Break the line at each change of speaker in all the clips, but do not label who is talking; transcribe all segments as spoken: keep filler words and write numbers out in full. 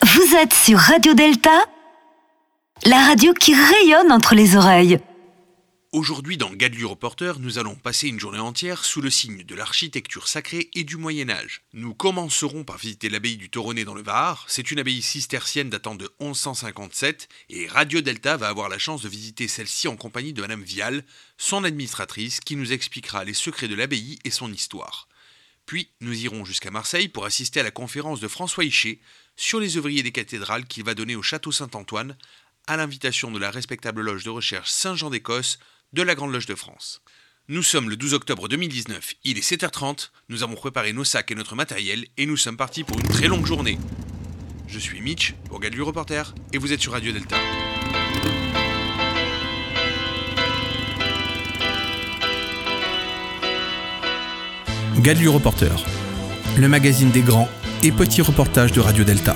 Vous êtes sur Radio Delta, la radio qui rayonne entre les oreilles.
Aujourd'hui, dans Gadelu Reporter, nous allons passer une journée entière sous le signe de l'architecture sacrée et du Moyen-Âge. Nous commencerons par visiter l'abbaye du Toronnet dans le Var. C'est une abbaye cistercienne datant de onze cent cinquante-sept et Radio Delta va avoir la chance de visiter celle-ci en compagnie de Madame Vial, son administratrice, qui nous expliquera les secrets de l'abbaye et son histoire. Puis, nous irons jusqu'à Marseille pour assister à la conférence de François Hichet sur les ouvriers des cathédrales qu'il va donner au château Saint-Antoine à l'invitation de la respectable loge de recherche Saint-Jean d'Écosse de la Grande Loge de France. Nous sommes le douze octobre deux mille dix-neuf, il est sept heures trente, nous avons préparé nos sacs et notre matériel et nous sommes partis pour une très longue journée. Je suis Mitch, pour Gadelu Reporter, et vous êtes sur Radio Delta.
Gadelu Reporter, le magazine des grands et petits reportages de Radio Delta.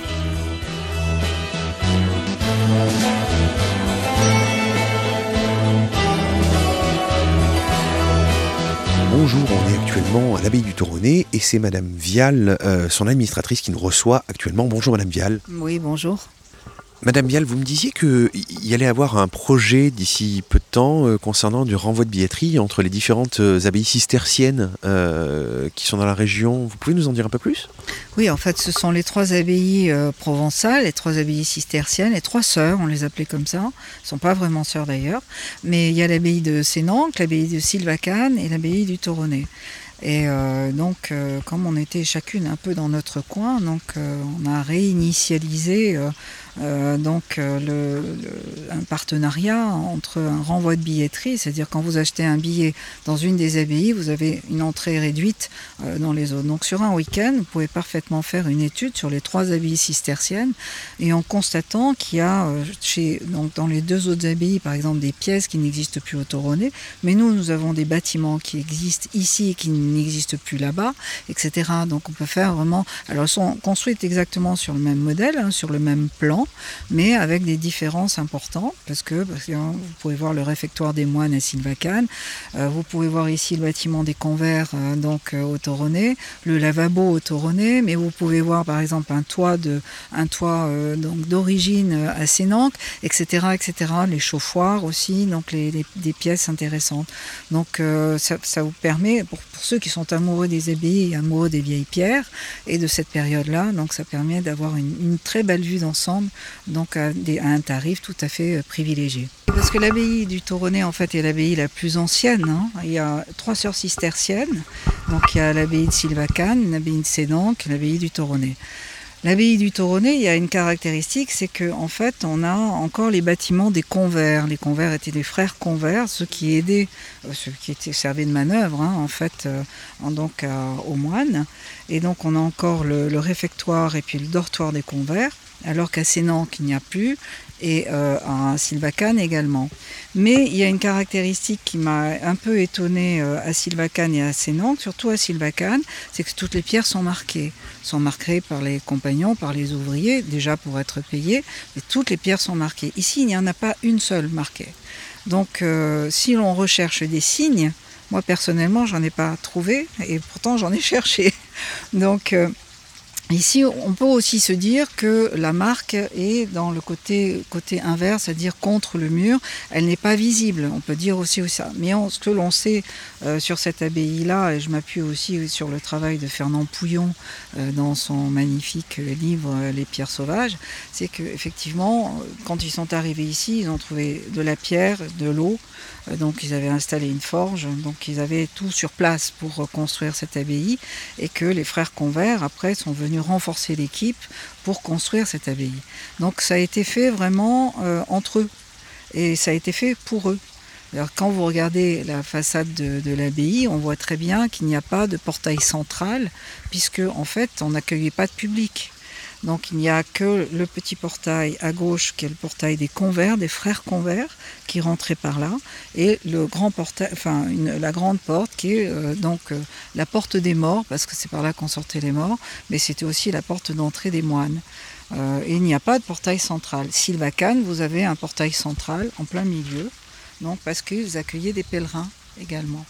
Bonjour, on est actuellement à l'abbaye du Toronnet et c'est Madame Vial, euh, son administratrice, qui nous reçoit actuellement. Bonjour Madame Vial.
Oui, bonjour.
Madame Vial, vous me disiez qu'il y allait avoir un projet d'ici peu de temps euh, concernant du renvoi de billetterie entre les différentes euh, abbayes cisterciennes euh, qui sont dans la région. Vous pouvez nous en dire un peu plus ?
Oui, en fait, ce sont les trois abbayes euh, provençales, les trois abbayes cisterciennes, les trois sœurs, on les appelait comme ça. Elles ne sont pas vraiment sœurs d'ailleurs. Mais il y a l'abbaye de Sénanque, l'abbaye de Sylvacane et l'abbaye du Toronnet. Et euh, donc, euh, comme on était chacune un peu dans notre coin, donc euh, on a réinitialisé euh, euh, donc euh, le, le, un partenariat entre un renvoi de billetterie, c'est-à-dire quand vous achetez un billet dans une des abbayes, vous avez une entrée réduite euh, dans les autres. Donc sur un week-end, vous pouvez parfaitement faire une étude sur les trois abbayes cisterciennes et en constatant qu'il y a euh, chez, donc dans les deux autres abbayes, par exemple, des pièces qui n'existent plus au Toronnet, mais nous, nous avons des bâtiments qui existent ici et qui n'existent plus là-bas, et cetera. Donc on peut faire vraiment... Alors elles sont construites exactement sur le même modèle, hein, sur le même plan, mais avec des différences importantes, parce que, parce que hein, vous pouvez voir le réfectoire des moines à Sylvacane, euh, vous pouvez voir ici le bâtiment des convers euh, donc, euh, au Toronnet, le lavabo au Toronnet, mais vous pouvez voir par exemple un toit, de, un toit euh, donc, d'origine euh, à Sénanque, et cetera, et cetera. Les chauffoirs aussi, donc les, les, des pièces intéressantes. Donc euh, ça, ça vous permet, pour, pour ceux qui sont amoureux des abbayes et amoureux des vieilles pierres et de cette période-là, donc ça permet d'avoir une, une très belle vue d'ensemble, donc à, des, à un tarif tout à fait privilégié. Parce que l'abbaye du Toronnet en fait est l'abbaye la plus ancienne, hein. Il y a trois sœurs cisterciennes, donc il y a l'abbaye de Sylvacane, l'abbaye de Sénanque, l'abbaye du Toronnet. L'abbaye du Toronnet, il y a une caractéristique, c'est qu'en fait, on a encore les bâtiments des convers. Les convers étaient des frères convers, ceux qui aidaient, ceux qui étaient servis de manœuvre, hein, en fait, euh, donc à, aux moines. Et donc, on a encore le, le réfectoire et puis le dortoir des convers, alors qu'à Sénanque, il n'y a plus, et euh, à Sylvacane également. Mais il y a une caractéristique qui m'a un peu étonnée euh, à Sylvacane et à Sénanque, surtout à Sylvacane, c'est que toutes les pierres sont marquées. sont marquées par les compagnons, par les ouvriers, déjà pour être payés, mais toutes les pierres sont marquées. Ici, il n'y en a pas une seule marquée. Donc, euh, si l'on recherche des signes, moi personnellement, j'en ai pas trouvé, et pourtant j'en ai cherché. Donc, euh, ici, on peut aussi se dire que la marque est dans le côté, côté inverse, c'est-à-dire contre le mur. Elle n'est pas visible, on peut dire aussi ça. Mais on, ce que l'on sait euh, sur cette abbaye-là, et je m'appuie aussi sur le travail de Fernand Pouillon euh, dans son magnifique livre euh, Les pierres sauvages, c'est qu'effectivement, quand ils sont arrivés ici, ils ont trouvé de la pierre, de l'eau, euh, donc ils avaient installé une forge, donc ils avaient tout sur place pour reconstruire cette abbaye, et que les frères convers, après, sont venus renforcer l'équipe pour construire cette abbaye. Donc ça a été fait vraiment euh, entre eux et ça a été fait pour eux. Alors quand vous regardez la façade de, de l'abbaye, on voit très bien qu'il n'y a pas de portail central puisque en fait on n'accueillait pas de public. Donc il n'y a que le petit portail à gauche qui est le portail des convers, des frères convers qui rentraient par là, et le grand portail, enfin une, la grande porte qui est euh, donc euh, la porte des morts, parce que c'est par là qu'on sortait les morts, mais c'était aussi la porte d'entrée des moines. Euh, et il n'y a pas de portail central. Sylvacane, vous avez un portail central en plein milieu, donc parce qu'ils accueillaient des pèlerins également.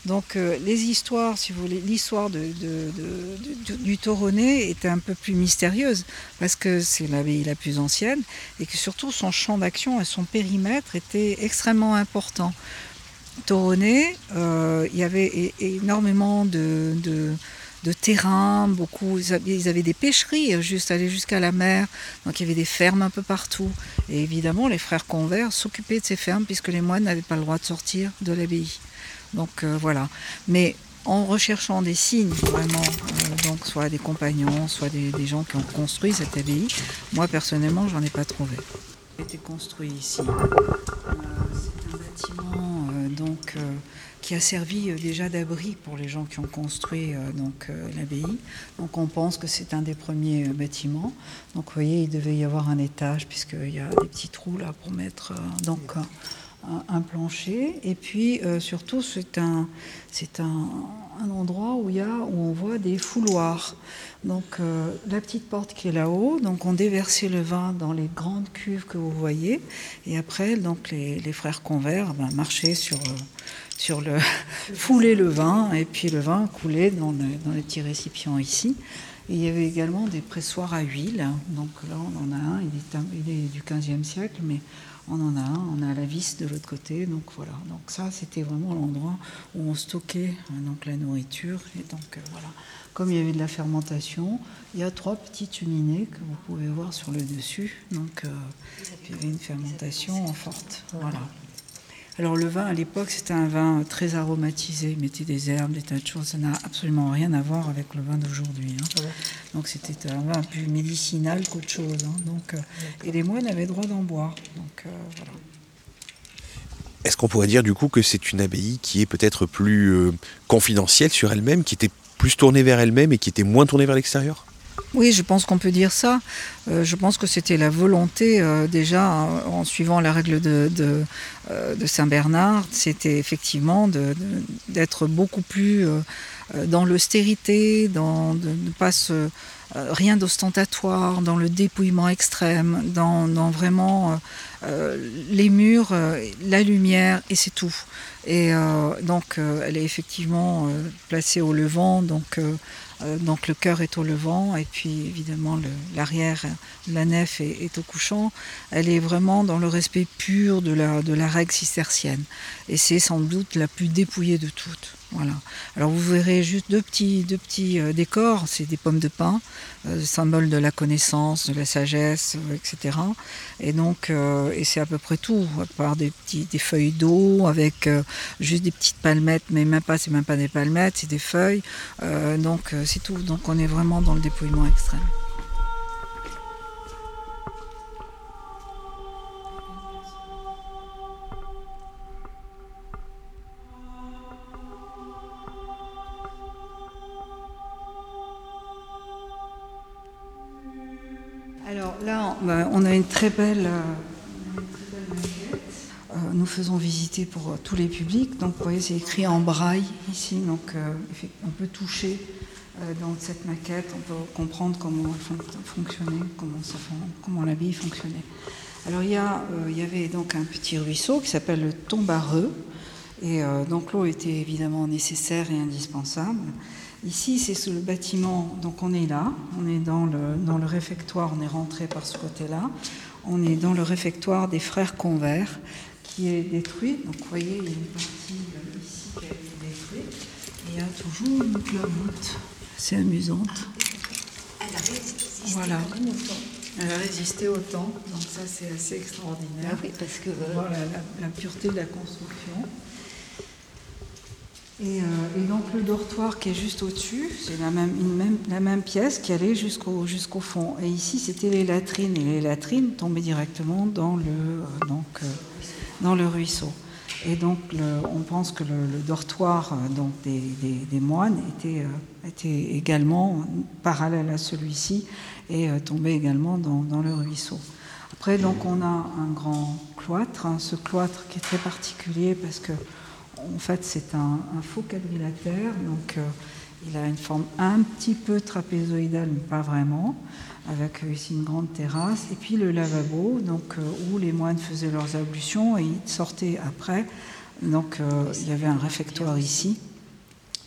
Donc euh, les histoires, si vous voulez, l'histoire de, de, de, de, du Toronnet était un peu plus mystérieuse parce que c'est l'abbaye la plus ancienne et que surtout son champ d'action et son périmètre étaient extrêmement importants. Toronnet, euh, il y avait énormément de, de, de terrain, beaucoup, ils avaient des pêcheries, juste aller jusqu'à la mer, donc il y avait des fermes un peu partout. Et évidemment, les frères Convert s'occupaient de ces fermes puisque les moines n'avaient pas le droit de sortir de l'abbaye. Donc euh, voilà. Mais en recherchant des signes, vraiment, euh, donc soit des compagnons, soit des, des gens qui ont construit cette abbaye, moi personnellement, j'en ai pas trouvé. Il a été construit ici. Euh, c'est un bâtiment euh, donc, euh, qui a servi euh, déjà d'abri pour les gens qui ont construit euh, donc, euh, l'abbaye. Donc on pense que c'est un des premiers euh, bâtiments. Donc vous voyez, il devait y avoir un étage, puisqu'il y a des petits trous là pour mettre euh, donc, un, un plancher. Et puis euh, surtout, c'est, un, c'est un, un endroit où, il y a, où on voit des fouloirs. Donc euh, la petite porte qui est là-haut, donc on déversait le vin dans les grandes cuves que vous voyez, et après donc les, les frères Convert ben, marchaient sur, euh, sur le foulaient le vin, et puis le vin coulait dans, le, dans les petits récipients ici. Et il y avait également des pressoirs à huile, donc là on en a un, il est, il est du quinzième siècle, mais on en a un, on a la vis de l'autre côté, donc voilà. Donc ça c'était vraiment l'endroit où on stockait donc, la nourriture, et donc euh, voilà. Comme il y avait de la fermentation, il y a trois petites cheminées que vous pouvez voir sur le dessus. Donc, euh, il y avait une fermentation forte. Voilà. Alors, le vin, à l'époque, c'était un vin très aromatisé. Ils mettaient des herbes, des tas de choses. Ça n'a absolument rien à voir avec le vin d'aujourd'hui. Hein. Donc, c'était un vin plus médicinal qu'autre chose. Hein. Donc, euh, et les moines avaient droit d'en boire. Donc, euh, voilà.
Est-ce qu'on pourrait dire, du coup, que c'est une abbaye qui est peut-être plus euh, confidentielle sur elle-même, qui était plus tournée vers elle-même et qui était moins tournée vers l'extérieur ?
Oui, je pense qu'on peut dire ça. Euh, je pense que c'était la volonté, euh, déjà, en, en suivant la règle de, de, euh, de Saint-Bernard, c'était effectivement de, de, d'être beaucoup plus euh, dans l'austérité, dans, de ne pas se... Euh, rien d'ostentatoire, dans le dépouillement extrême, dans, dans vraiment euh, les murs, euh, la lumière, et c'est tout. Et euh, donc, euh, elle est effectivement euh, placée au levant, donc... Euh, Donc le chœur est au levant et puis évidemment le, l'arrière, la nef est, est au couchant. Elle est vraiment dans le respect pur de la, de la règle cistercienne. Et c'est sans doute la plus dépouillée de toutes. Voilà. Alors vous verrez juste deux petits, deux petits euh, décors, c'est des pommes de pin, euh, symbole de la connaissance, de la sagesse, euh, et cetera. Et donc, euh, et c'est à peu près tout, à part des, petits, des feuilles d'eau avec euh, juste des petites palmettes, mais même pas, c'est même pas des palmettes, c'est des feuilles. Euh, donc euh, c'est tout. Donc on est vraiment dans le dépouillement extrême. Alors là, on a une très belle, une très belle maquette. Euh, nous faisons visiter pour tous les publics. Donc vous voyez, c'est écrit en braille ici. Donc euh, on peut toucher euh, dans cette maquette, on peut comprendre comment elle fonctionnait, comment, ça, comment l'abbaye fonctionnait. Alors il y, a, euh, il y avait donc un petit ruisseau qui s'appelle le Tombareux. Et euh, donc l'eau était évidemment nécessaire et indispensable. Ici, c'est sous le bâtiment, donc on est là, on est dans le, dans le réfectoire, on est rentré par ce côté-là. On est dans le réfectoire des frères Convert, qui est détruit. Donc vous voyez, il y a une partie ici qui a été détruite. Il y a toujours une clavoute, c'est amusante.
Elle a résisté
voilà.
longtemps.
Elle a résisté au temps, donc ça c'est assez extraordinaire.
Ah oui, parce que... Euh...
Voilà la, la pureté de la construction. Et, euh, et donc le dortoir qui est juste au-dessus, c'est la même, une même, la même pièce qui allait jusqu'au, jusqu'au fond. Et ici, c'était les latrines. Et les latrines tombaient directement dans le, euh, donc, euh, dans le ruisseau. Et donc, le, on pense que le, le dortoir euh, donc des, des, des moines était, euh, était également parallèle à celui-ci et euh, tombait également dans, dans le ruisseau. Après, donc, on a un grand cloître. Hein, ce cloître qui est très particulier parce que en fait, c'est un, un faux quadrilatère, donc euh, il a une forme un petit peu trapézoïdale, mais pas vraiment, avec euh, ici une grande terrasse, et puis le lavabo, donc, euh, où les moines faisaient leurs ablutions et ils sortaient après. Donc euh, il y avait un réfectoire ici,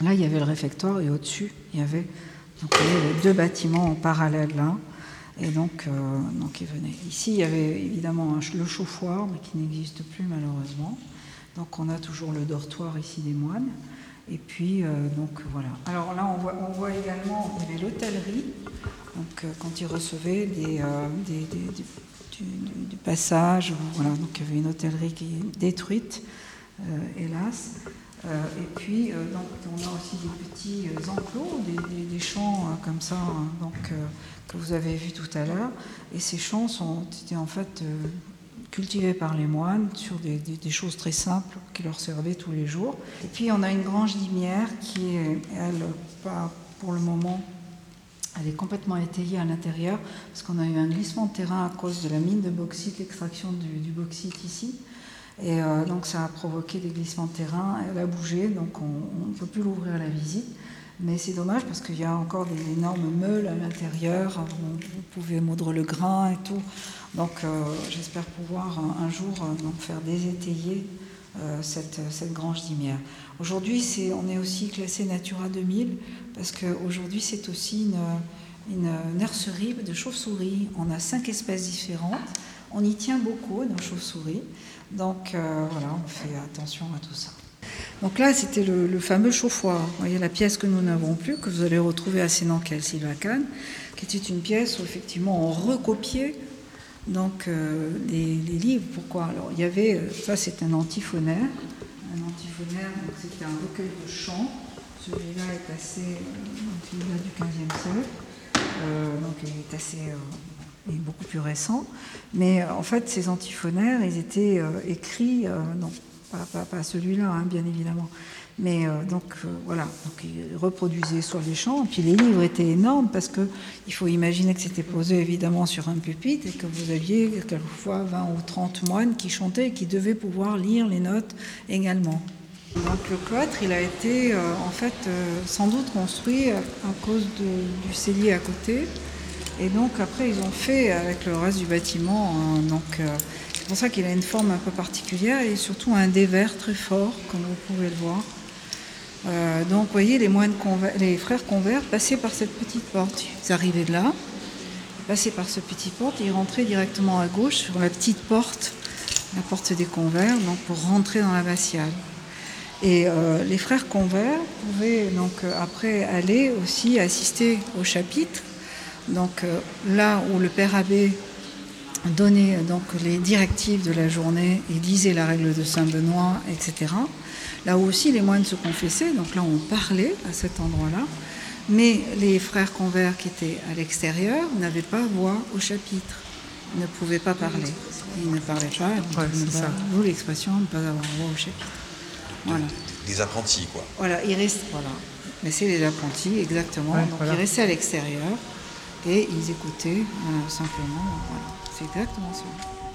Là, il y avait le réfectoire et au-dessus, il y avait, donc, il y avait deux bâtiments en parallèle là. Et donc, euh, donc il venait. Ici, il y avait évidemment un, le chauffoir, mais qui n'existe plus malheureusement. Donc on a toujours le dortoir ici des moines. Et puis, euh, donc voilà. Alors là, on voit, on voit également, il y avait l'hôtellerie. Donc euh, quand ils recevaient des, euh, des, des, des, du, du, du passage, voilà. Donc il y avait une hôtellerie qui est détruite, euh, hélas. Euh, et puis, euh, donc, on a aussi des petits euh, enclos, des, des, des champs euh, comme ça, hein, donc, euh, que vous avez vus tout à l'heure. Et ces champs sont, étaient en fait euh, cultivés par les moines sur des, des, des choses très simples qui leur servaient tous les jours. Et puis, on a une grange limière qui est, elle, pas pour le moment, elle est complètement étayée à l'intérieur, parce qu'on a eu un glissement de terrain à cause de la mine de bauxite, l'extraction du, du bauxite ici. Et euh, donc ça a provoqué des glissements de terrain, elle a bougé, donc on ne peut plus l'ouvrir à la visite. Mais c'est dommage parce qu'il y a encore des énormes meules à l'intérieur, vous, vous pouvez moudre le grain et tout. Donc euh, j'espère pouvoir un, un jour euh, donc faire désétayer euh, cette, cette grange d'Imière. Aujourd'hui, c'est, on est aussi classé Natura deux mille parce qu'aujourd'hui c'est aussi une, une nurserie de chauves-souris. On a cinq espèces différentes, on y tient beaucoup, nos chauves-souris. Donc euh, voilà, on fait attention à tout ça. Donc là, c'était le, le fameux chauffoir. Vous voyez la pièce que nous n'avons plus, que vous allez retrouver à Sénan-Sylvacane, qui était une pièce où effectivement on recopiait donc, euh, les, les livres. Pourquoi ? Alors il y avait, ça c'est un antiphonaire. Un antiphonaire, donc c'était un recueil de chants. Celui-là est assez, euh, celui-là du quinzième siècle. Euh, donc il est assez... Euh, est beaucoup plus récent, mais euh, en fait ces antiphonaires, ils étaient euh, écrits, euh, non, pas, pas, pas celui-là, hein, bien évidemment, mais euh, donc euh, voilà, donc ils reproduisaient sur les chants, et puis les livres étaient énormes parce que il faut imaginer que c'était posé évidemment sur un pupitre et que vous aviez quelquefois vingt ou trente moines qui chantaient et qui devaient pouvoir lire les notes également. Donc le cloître, il a été euh, en fait euh, sans doute construit à, à cause de, du cellier à côté. Et donc après ils ont fait avec le reste du bâtiment, hein, donc euh, c'est pour ça qu'il a une forme un peu particulière et surtout un dévers très fort, comme vous pouvez le voir. Euh, donc vous voyez, les moines conver- les frères convers passaient par cette petite porte. Ils arrivaient de là, ils passaient par cette petite porte et ils rentraient directement à gauche sur la petite porte, la porte des convers, donc pour rentrer dans l'abbatiale. Et euh, les frères convers pouvaient donc euh, après aller aussi assister au chapitre. Donc euh, là où le père abbé donnait donc les directives de la journée et disait la règle de Saint-Benoît, et cetera. Là où aussi les moines se confessaient, donc là on parlait à cet endroit-là, mais les frères convers qui étaient à l'extérieur n'avaient pas voix au chapitre, ils ne pouvaient pas parler. Ils ne parlaient pas,
ouais,
c'est ça. D'où l'expression ne pas avoir voix au chapitre. Voilà.
Des apprentis, quoi.
Voilà, ils restent, voilà. Mais c'est les apprentis, exactement.
Ouais,
donc
voilà.
Ils restaient à l'extérieur. Et ils écoutaient euh, simplement, voilà. C'est exactement ça.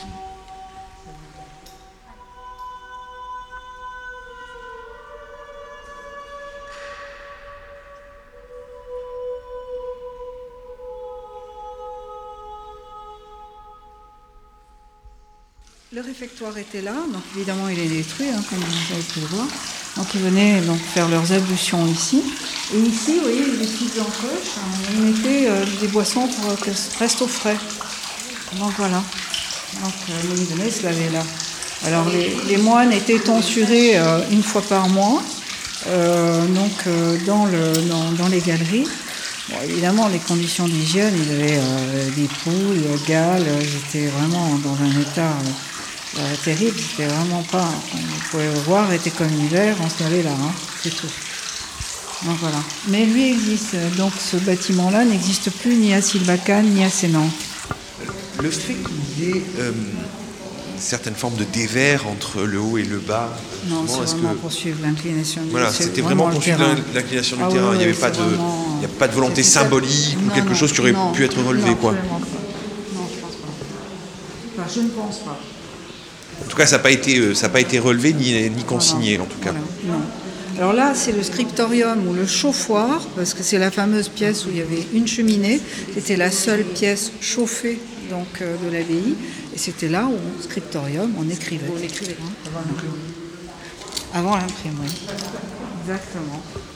Le réfectoire était là, donc évidemment il est détruit, hein, comme vous avez pu le voir. Donc ils venaient donc faire leurs ablutions ici. Et ici, vous voyez, les petites encoches, hein, ils mettaient euh, des boissons pour que ça reste au frais. Donc voilà. Donc euh, ils venaient se laver là. Alors les, les moines étaient tonsurés euh, une fois par mois, euh, donc euh, dans, le, dans, dans les galeries. Bon, évidemment, les conditions d'hygiène, ils avaient euh, des poules, des gales, ils étaient vraiment dans un état euh, euh, terrible. C'était vraiment pas, vous pouvez le voir, était comme l'hiver, on se lavait là, hein, c'est tout. Donc voilà. Mais lui existe, donc ce bâtiment-là n'existe plus ni à Sylvacane ni à Sénan.
Le fait qu'il y ait euh, une certaine forme de dévers entre le haut et le bas.
Non, c'est
est-ce
vraiment
que...
pour suivre l'inclination du
Voilà,
c'est
c'était vraiment, vraiment pour suivre
terrain.
l'inclination du
ah,
terrain.
Oui,
il n'y avait
oui,
pas de,
vraiment...
il n'y a pas de volonté
c'est
symbolique
non,
ou quelque
non,
chose qui aurait
non,
pu être relevé,
non,
quoi.
Absolument pas. Non, je pense pas. Enfin, je ne pense pas.
En tout cas, ça n'a pas été, ça n'a pas été relevé ni, ni consigné,
voilà,
en tout cas.
Voilà, non. Alors là, c'est le scriptorium ou le chauffoir, parce que c'est la fameuse pièce où il y avait une cheminée. C'était la seule pièce chauffée donc, euh, de l'abbaye. Et c'était là où, au scriptorium, on écrivait. On écrivait, hein, avant l'imprimerie. Avant l'imprimerie. Exactement.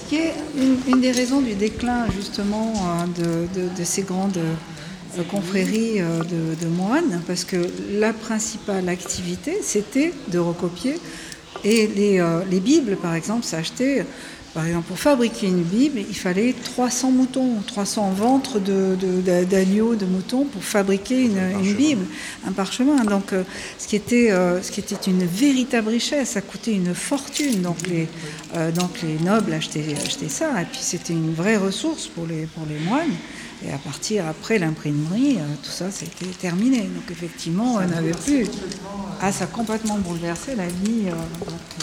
qui est une, une des raisons du déclin justement de, de, de ces grandes euh, confréries euh, de, de moines, parce que la principale activité, c'était de recopier. Et les, euh, les Bibles, par exemple, s'achetaient. Par exemple, pour fabriquer une Bible, il fallait trois cents moutons, trois cents ventres de, de, d'agneaux, de moutons pour fabriquer une, une Bible, un parchemin. Donc, euh, ce, qui était, euh, ce qui était une véritable richesse, ça coûtait une fortune. Donc, les, euh, donc les nobles achetaient, achetaient ça. Et puis, c'était une vraie ressource pour les, pour les moines. Et à partir, après l'imprimerie, euh, tout ça, c'était terminé. Donc, effectivement, on n'avait plus... Ah, ça a complètement bouleversé la vie. Euh, donc, euh,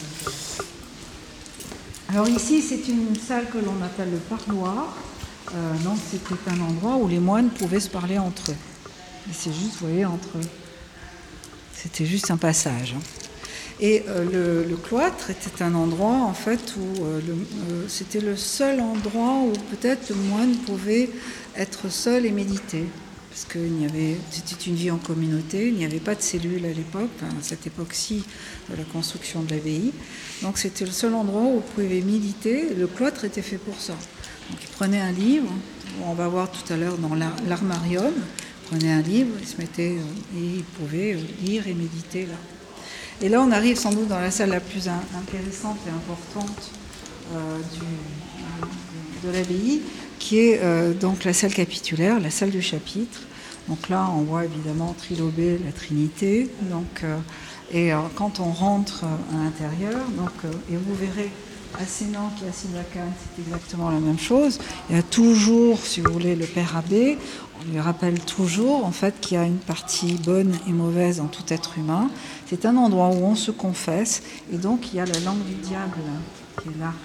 Alors ici, c'est une salle que l'on appelle le parloir. Euh, donc c'était un endroit où les moines pouvaient se parler entre eux. Et c'est juste, vous voyez, entre eux. C'était juste un passage. Et euh, le, le cloître était un endroit, en fait, où euh, le, euh, c'était le seul endroit où peut-être le moine pouvait être seul et méditer. Parce que il y avait, c'était une vie en communauté, il n'y avait pas de cellules à l'époque, enfin, à cette époque-ci de la construction de l'abbaye. Donc c'était le seul endroit où vous pouvez méditer. Le cloître était fait pour ça. Donc il prenait un livre, on va voir tout à l'heure dans l'armarium, il prenait un livre, il se mettait et il pouvait lire et méditer là. Et là on arrive sans doute dans la salle la plus intéressante et importante euh, du, de l'abbaye, qui est euh, donc la salle capitulaire, la salle du chapitre. Donc là, on voit évidemment trilobé, la Trinité. Donc, euh, et euh, quand on rentre euh, à l'intérieur, donc, euh, et vous verrez à Sénanque et à Sylvacane, c'est exactement la même chose. Il y a toujours, si vous voulez, le Père Abbé. On lui rappelle toujours, en fait, qu'il y a une partie bonne et mauvaise en tout être humain. C'est un endroit où on se confesse, et donc il y a la langue du diable là, qui est là.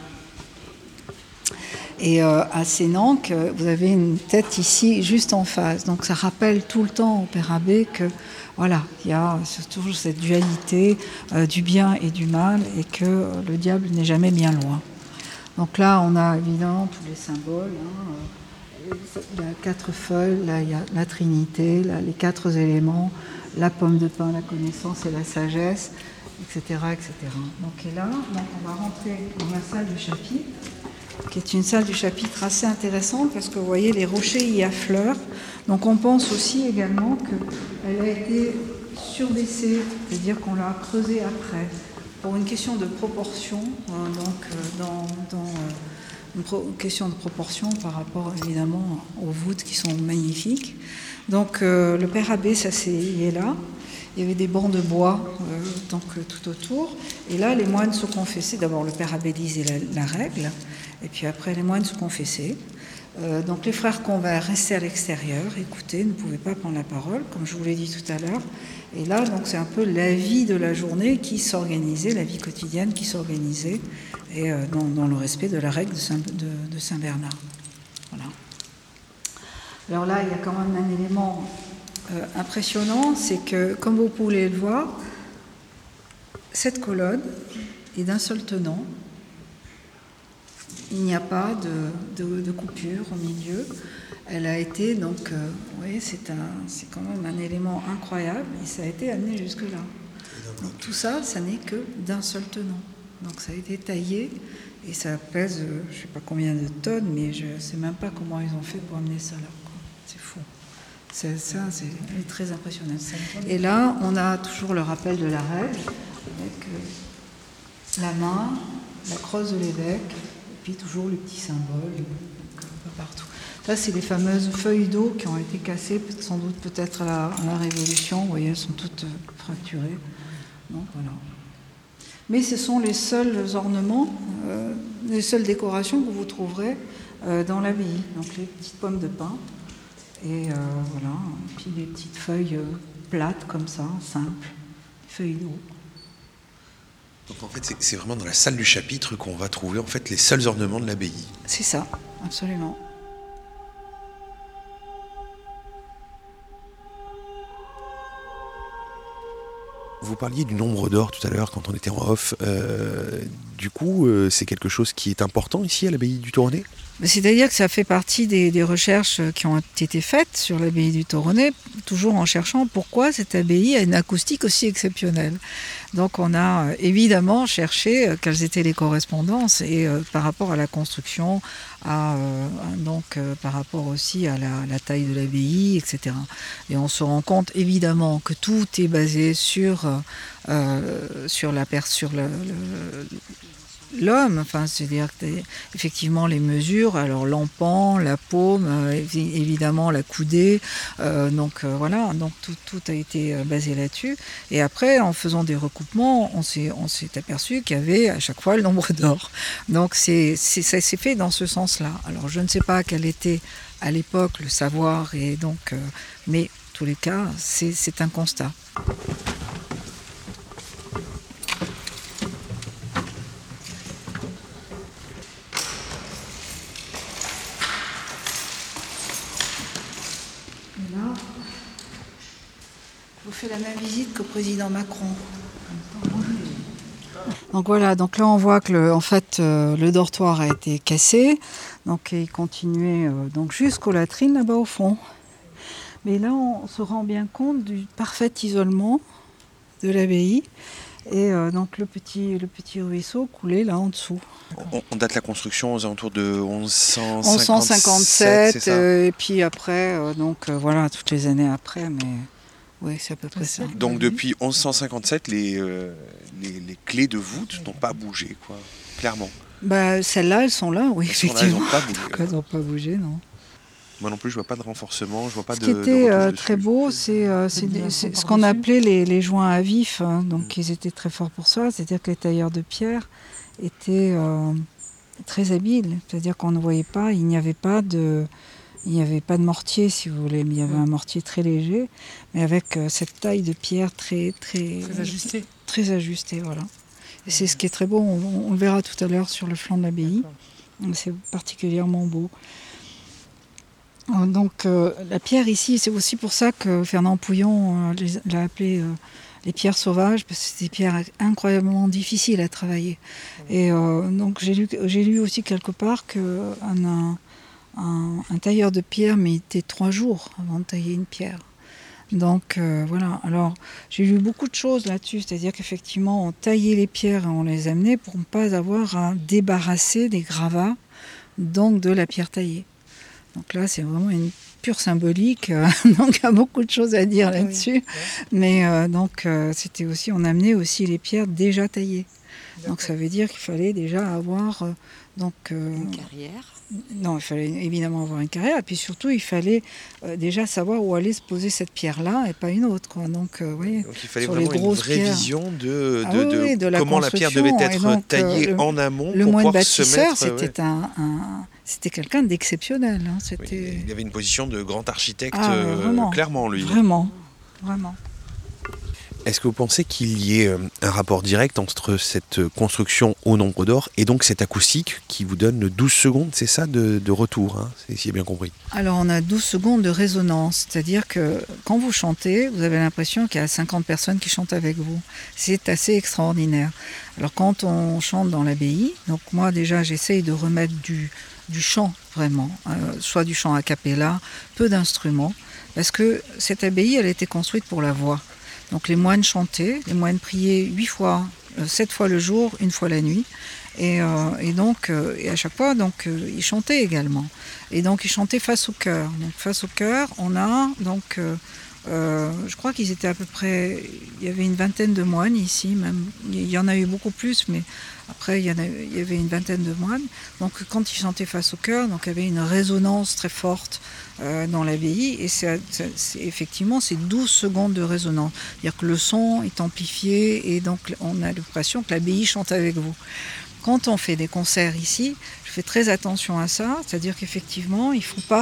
Et euh, à Sénanque, vous avez une tête ici, juste en face. Donc ça rappelle tout le temps au Père Abbé que, voilà, il y a toujours cette dualité euh, du bien et du mal, et que euh, le diable n'est jamais bien loin. Donc là, on a évidemment tous les symboles. Hein, euh, il y a quatre feuilles, là il y a la Trinité, là, les quatre éléments, la pomme de pain, la connaissance et la sagesse, et cetera, et cetera. Donc et là, donc, on va rentrer dans la salle du chapitre, qui est une salle du chapitre assez intéressante parce que vous voyez les rochers y affleurent. Donc on pense aussi également qu'elle a été surbaissée, c'est-à-dire qu'on l'a creusée après, pour une question de proportion, euh, donc euh, dans, dans euh, une, pro- une question de proportion par rapport évidemment aux voûtes qui sont magnifiques. Donc euh, le Père Abbé s'asseyait là. Il y avait des bancs de bois euh, donc, euh, tout autour. Et là, les moines se confessaient. D'abord, le Père Abbé disait la, la règle. Et puis après, les moines se confessaient. Euh, donc les frères convers restaient à l'extérieur, écoutaient, ne pouvaient pas prendre la parole, comme je vous l'ai dit tout à l'heure. Et là, donc, c'est un peu la vie de la journée qui s'organisait, la vie quotidienne qui s'organisait, et euh, dans, dans le respect de la règle de Saint, de, de Saint Bernard. Voilà. Alors là, il y a quand même un élément Euh, impressionnant, c'est que, comme vous pouvez le voir, cette colonne est d'un seul tenant. Il n'y a pas de, de, de coupure au milieu. Elle a été, donc, euh, vous voyez, c'est, un, c'est quand même un élément incroyable, et ça a été amené jusque-là. Donc tout ça, ça n'est que d'un seul tenant. Donc ça a été taillé, et ça pèse, euh, je ne sais pas combien de tonnes, mais je ne sais même pas comment ils ont fait pour amener ça là. Quoi. C'est fou. C'est, ça, c'est très impressionnant. Et là, on a toujours le rappel de la règle, avec euh, la main, la crosse de l'évêque, et puis toujours les petits symboles, un peu partout. Ça, c'est les fameuses feuilles d'eau qui ont été cassées, sans doute peut-être à la, à la Révolution. Vous voyez, elles sont toutes euh, fracturées. Donc, voilà. Mais ce sont les seuls ornements, euh, les seules décorations que vous trouverez euh, dans l'abbaye. Donc les petites pommes de pin. Et euh, voilà, et puis des petites feuilles euh, plates comme ça, simples, feuilles d'eau.
Donc en fait, c'est, c'est vraiment dans la salle du chapitre qu'on va trouver en fait les seuls ornements de l'abbaye.
C'est ça, absolument.
Vous parliez du nombre d'or tout à l'heure quand on était en off. Euh, du coup, euh, c'est quelque chose qui est important ici à l'abbaye du Tournai ?
C'est-à-dire que ça fait partie des, des recherches qui ont été faites sur l'abbaye du Toronnet, toujours en cherchant pourquoi cette abbaye a une acoustique aussi exceptionnelle. Donc on a euh, évidemment cherché euh, quelles étaient les correspondances et euh, par rapport à la construction, à, euh, donc euh, par rapport aussi à la, la taille de l'abbaye, et cetera. Et on se rend compte évidemment que tout est basé sur, euh, sur, la, sur le, le l'homme, enfin, c'est-à-dire que effectivement les mesures, alors l'empan, la paume, euh, évidemment la coudée, euh, donc euh, voilà, donc tout, tout a été basé là-dessus. Et après, en faisant des recoupements, on s'est, on s'est aperçu qu'il y avait à chaque fois le nombre d'or. Donc c'est, c'est, ça s'est fait dans ce sens-là. Alors je ne sais pas quel était à l'époque le savoir, et donc, euh, mais en tous les cas, c'est, c'est un constat. Je vous fais la même visite qu'au président Macron. Donc voilà, donc là on voit que le, en fait, euh, le dortoir a été cassé, donc il continuait euh, donc jusqu'aux latrines là-bas au fond. Mais là on se rend bien compte du parfait isolement de l'abbaye et euh, donc le petit, le petit ruisseau coulait là en dessous.
On, on date la construction aux alentours de onze cent cinquante-sept,
onze cent cinquante-sept,
c'est ça
euh, et puis après, euh, donc euh, voilà, toutes les années après, mais oui, c'est à peu près ça.
Donc depuis onze cent cinquante-sept, les, euh, les, les clés de voûte n'ont pas bougé, quoi, clairement.
Bah, celles-là, elles sont là, oui,
elles
effectivement.
Sont là, elles n'ont pas bougé.
Donc, elles n'ont pas bougé, non.
Moi non plus, je vois pas de renforcement, je vois pas
ce
de.
Ce qui était
de
euh, très beau, c'est, euh, c'est, des, c'est ce qu'on appelait les, les joints à vif. Hein, donc mmh. Ils étaient très forts pour ça. C'est-à-dire que les tailleurs de pierre étaient euh, très habiles. C'est-à-dire qu'on ne voyait pas, il n'y avait pas de, il n'y avait pas de mortier, si vous voulez, mais il y avait mmh. un mortier très léger, mais avec euh, cette taille de pierre très très
très ajustée.
Très ajustée, voilà. Et c'est ce qui est très beau. On, on le verra tout à l'heure sur le flanc de l'abbaye. D'accord. C'est particulièrement beau. Donc euh, la pierre ici, c'est aussi pour ça que Fernand Pouillon euh, les, l'a appelé euh, les pierres sauvages, parce que c'est des pierres incroyablement difficiles à travailler. Et euh, donc j'ai lu, j'ai lu aussi quelque part qu'un un, un, un tailleur de pierre mettait trois jours avant de tailler une pierre. Donc euh, voilà, alors j'ai lu beaucoup de choses là-dessus, c'est-à-dire qu'effectivement on taillait les pierres et on les amenait pour ne pas avoir à débarrasser des gravats, donc de la pierre taillée. Donc là, c'est vraiment une pure symbolique. Donc il y a beaucoup de choses à dire là-dessus. Oui. Mais euh, donc euh, c'était aussi, on amenait aussi les pierres déjà taillées. D'accord. Donc ça veut dire qu'il fallait déjà avoir euh, donc euh,
une carrière.
Non, il fallait évidemment avoir une carrière. Et puis surtout, il fallait euh, déjà savoir où allait se poser cette pierre-là et pas une autre. Quoi. Donc, euh, voyez,
donc il fallait
sur
vraiment
les grosses
une vraie
pierres.
vision de, de,
ah, oui, oui, de, de
comment la pierre devait être donc, taillée
euh,
en amont
le
pour
moine
pouvoir se
bâtisseur,
mettre.
C'était, ouais. un, un, c'était quelqu'un d'exceptionnel. Hein. C'était...
Oui, il avait une position de grand architecte,
ah,
euh,
vraiment,
clairement, lui.
Vraiment, vraiment.
Est-ce que vous pensez qu'il y ait un rapport direct entre cette construction au nombre d'or et donc cette acoustique qui vous donne douze secondes, c'est ça, de, de retour, hein, si j'ai bien compris?
Alors on a douze secondes de résonance, c'est-à-dire que quand vous chantez, vous avez l'impression qu'il y a cinquante personnes qui chantent avec vous. C'est assez extraordinaire. Alors quand on chante dans l'abbaye, donc moi déjà j'essaye de remettre du, du chant vraiment, euh, soit du chant a cappella, peu d'instruments, parce que cette abbaye elle a été construite pour la voix. Donc les moines chantaient, les moines priaient huit fois, euh, sept fois le jour, une fois la nuit. Et, euh, et donc, euh, et à chaque fois, donc, euh, ils chantaient également. Et donc, ils chantaient face au chœur. Donc, face au chœur, on a, donc, euh, euh, je crois qu'ils étaient à peu près, il y avait une vingtaine de moines ici, même. Il y en a eu beaucoup plus, mais après, il y, en a, il y avait une vingtaine de moines. Donc, quand ils chantaient face au chœur, donc, il y avait une résonance très forte euh, dans l'abbaye. Et c'est, c'est, c'est, effectivement, c'est douze secondes de résonance. C'est-à-dire que le son est amplifié et donc, on a l'impression que l'abbaye chante avec vous. Quand on fait des concerts ici, je fais très attention à ça, c'est-à-dire qu'effectivement, il ne faut pas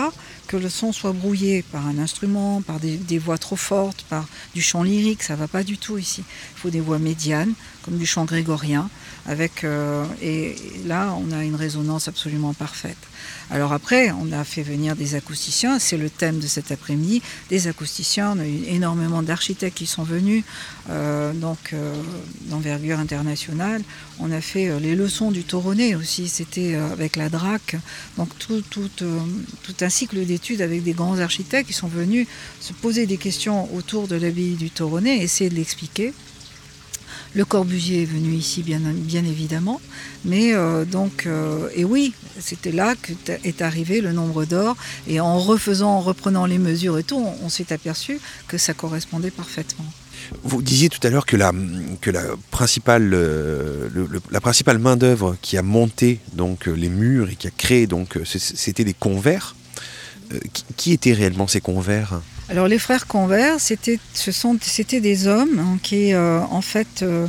que le son soit brouillé par un instrument, par des, des voix trop fortes, par du chant lyrique, ça ne va pas du tout ici. Il faut des voix médianes, comme du chant grégorien, avec, euh, et là on a une résonance absolument parfaite. Alors après, on a fait venir des acousticiens, c'est le thème de cet après-midi, des acousticiens, on a eu énormément d'architectes qui sont venus, euh, donc euh, d'envergure internationale. On a fait euh, les leçons du Toronnet aussi, c'était euh, avec la D R A C, donc tout, tout, euh, tout un cycle d'études avec des grands architectes qui sont venus se poser des questions autour de l'abbaye du Toronnet et essayer de l'expliquer. Le Corbusier est venu ici, bien, bien évidemment, mais euh, donc, euh, et oui, c'était là qu'est arrivé le nombre d'or, et en refaisant, en reprenant les mesures et tout, on, on s'est aperçu que ça correspondait parfaitement.
Vous disiez tout à l'heure que la, que la principale, euh, le, le, la principale main-d'œuvre qui a monté donc, les murs et qui a créé, donc, c'était des convers. Euh, qui, qui étaient réellement ces convers ?
Alors les frères Convert, c'était, ce sont, c'était des hommes hein, qui, euh, en fait, euh,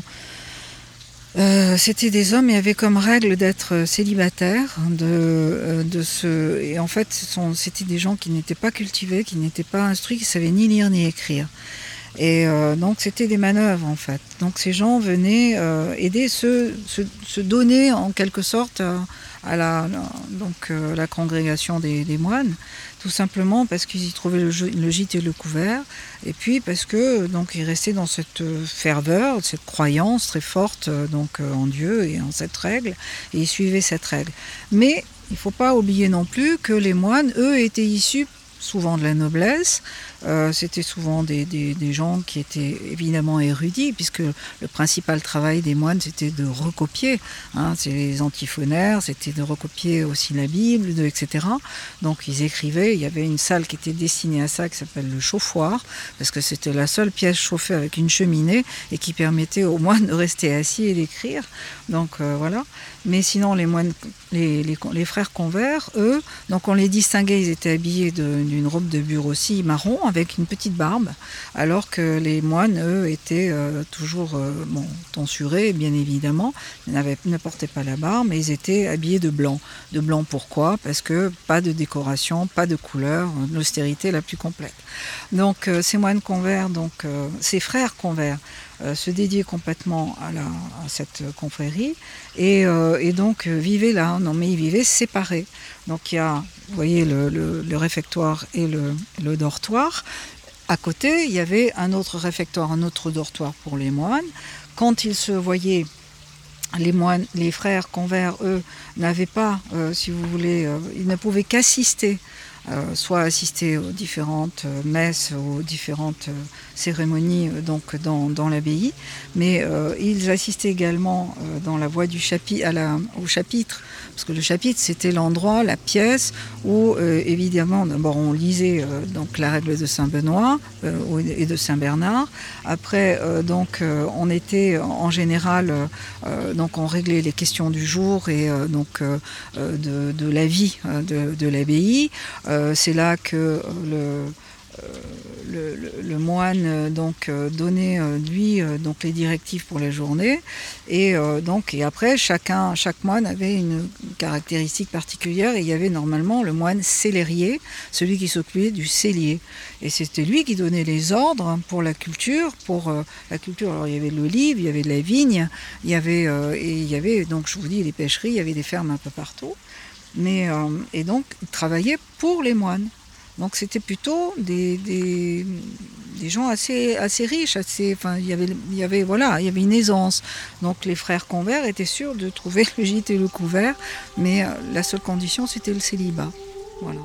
euh, c'était des hommes et avaient comme règle d'être célibataires, de, euh, de se, et en fait, ce sont, c'était des gens qui n'étaient pas cultivés, qui n'étaient pas instruits, qui ne savaient ni lire ni écrire. Et euh, donc c'était des manœuvres en fait. Donc ces gens venaient euh, aider, se, se, se donner en quelque sorte à, à la, donc, euh, la congrégation des, des moines, tout simplement parce qu'ils y trouvaient le, le gîte et le couvert, et puis parce que donc ils restaient dans cette ferveur, cette croyance très forte donc en Dieu et en cette règle, et ils suivaient cette règle. Mais il ne faut pas oublier non plus que les moines, eux, étaient issus souvent de la noblesse, euh, c'était souvent des, des, des gens qui étaient évidemment érudits, puisque le principal travail des moines c'était de recopier, hein, c'est les antiphonaires, c'était de recopier aussi la Bible, de, et cetera. Donc ils écrivaient, il y avait une salle qui était destinée à ça, qui s'appelle le chauffoir, parce que c'était la seule pièce chauffée avec une cheminée, et qui permettait aux moines de rester assis et d'écrire, donc euh, voilà. Mais sinon les moines, les, les, les frères Convert, eux, donc on les distinguait, ils étaient habillés de, d'une robe de bure aussi marron, avec une petite barbe, alors que les moines, eux, étaient euh, toujours euh, bon, tonsurés, bien évidemment, ils n'avaient, ne portaient pas la barbe, mais ils étaient habillés de blanc. De blanc pourquoi ? Parce que pas de décoration, pas de couleur, l'austérité la plus complète. Donc euh, ces moines Convert, donc euh, ces frères Convert, euh, se dédiaient complètement à, la, à cette confrérie et, euh, et donc euh, vivaient là, non mais ils vivaient séparés. Donc il y a, vous voyez, le, le, le réfectoire et le, le dortoir. À côté, il y avait un autre réfectoire, un autre dortoir pour les moines. Quand ils se voyaient, les moines, les frères Convert, eux, n'avaient pas, euh, si vous voulez, euh, ils ne pouvaient qu'assister, euh, soit assister aux différentes euh, messes, aux différentes euh, cérémonies euh, donc dans, dans l'abbaye, mais euh, ils assistaient également euh, dans la voie du chapitre, à la, au chapitre, parce que le chapitre c'était l'endroit, la pièce où euh, évidemment d'abord on lisait euh, donc la règle de Saint Benoît euh, et de Saint Bernard. Après euh, donc euh, on était en général euh, donc on réglait les questions du jour et euh, donc euh, de, de la vie euh, de, de l'abbaye. Euh, c'est là que euh, le Le, le, le moine donc donnait lui donc les directives pour la journée et euh, donc et après chacun chaque moine avait une caractéristique particulière et il y avait normalement le moine cellérier, celui qui s'occupait du cellier et c'était lui qui donnait les ordres pour la culture pour euh, la culture. Alors il y avait de l'olive, il y avait de la vigne, il y avait euh, et il y avait donc je vous dis les pêcheries, il y avait des fermes un peu partout, mais euh, et donc il travaillait pour les moines. Donc c'était plutôt des, des, des gens assez, assez riches, assez, enfin, il y avait, il y avait, voilà, il y avait une aisance. Donc les frères Convert étaient sûrs de trouver le gîte et le couvert, mais euh, la seule condition c'était le célibat. Voilà.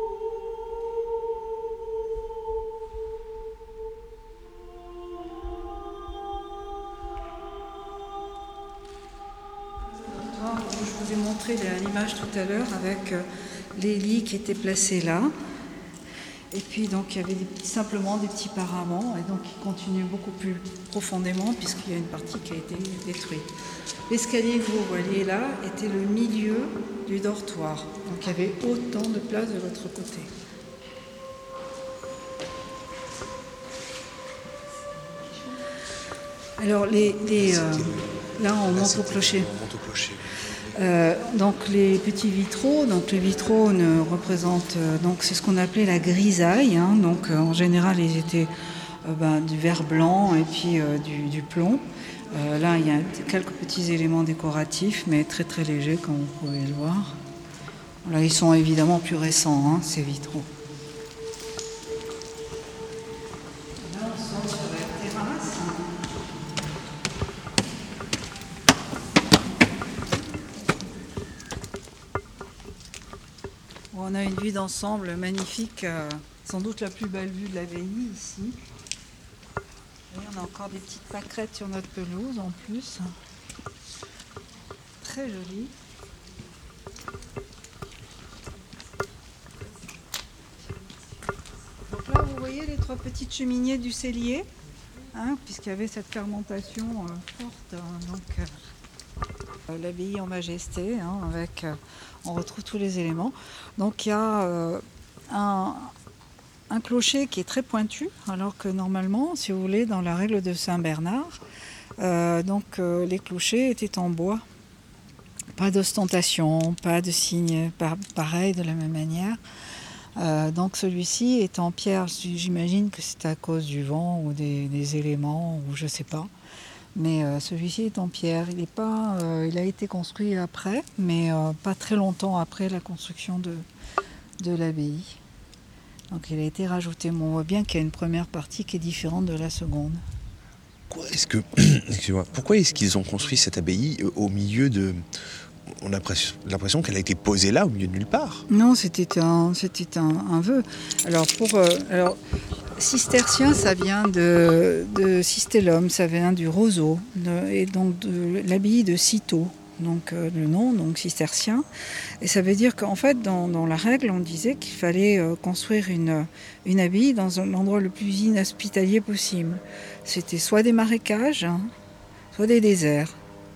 Je vous ai montré l'image tout à l'heure avec les lits qui étaient placés là. Et puis donc il y avait des, simplement des petits paraments et donc ils continuent beaucoup plus profondément puisqu'il y a une partie qui a été détruite. L'escalier que vous voyez là était le milieu du dortoir. Donc il y avait autant de place de l'autre côté. Alors les, les euh, là on monte au clocher.
On monte au clocher.
Euh, donc les petits vitraux, donc les vitraux ne représentent, euh, donc c'est ce qu'on appelait la grisaille, hein, donc euh, en général ils étaient euh, ben, du verre blanc et puis euh, du, du plomb. Euh, là il y a quelques petits éléments décoratifs mais très très légers comme vous pouvez le voir. Là ils sont évidemment plus récents, hein, ces vitraux. Là on sort sur la terrasse. On a une vue d'ensemble magnifique, euh, sans doute la plus belle vue de l'abbaye ici. Et on a encore des petites pâquerettes sur notre pelouse en plus. Très joli. Donc là vous voyez les trois petites cheminées du cellier, hein, puisqu'il y avait cette fermentation euh, forte. Hein, donc, euh, l'abbaye en majesté, hein, avec, euh, on retrouve tous les éléments. Donc il y a euh, un, un clocher qui est très pointu, alors que normalement, si vous voulez, dans la règle de Saint-Bernard, euh, donc euh, les clochers étaient en bois. Pas d'ostentation, pas de signe pareil de la même manière. Euh, donc celui-ci est en pierre. J'imagine que c'est à cause du vent ou des, des éléments, ou je ne sais pas. Mais euh, celui-ci est en pierre. Il, est pas, euh, il a été construit après, mais euh, pas très longtemps après la construction de, de l'abbaye. Donc il a été rajouté. Mais on voit bien qu'il y a une première partie qui est différente de la seconde.
Pourquoi est-ce que, excusez-moi, pourquoi est-ce qu'ils ont construit cette abbaye au milieu de... On a l'impression qu'elle a été posée là, au milieu de nulle part.
Non, c'était un, c'était un, un vœu. Alors, pour, euh, alors, cistercien, ça vient de, de Cistellum, ça vient du roseau, de, et donc de l'abbaye de Cîteaux, donc euh, le nom, donc cistercien. Et ça veut dire qu'en fait, dans, dans la règle, on disait qu'il fallait euh, construire une, une abbaye dans l'endroit le plus inhospitalier possible. C'était soit des marécages, hein, soit des déserts.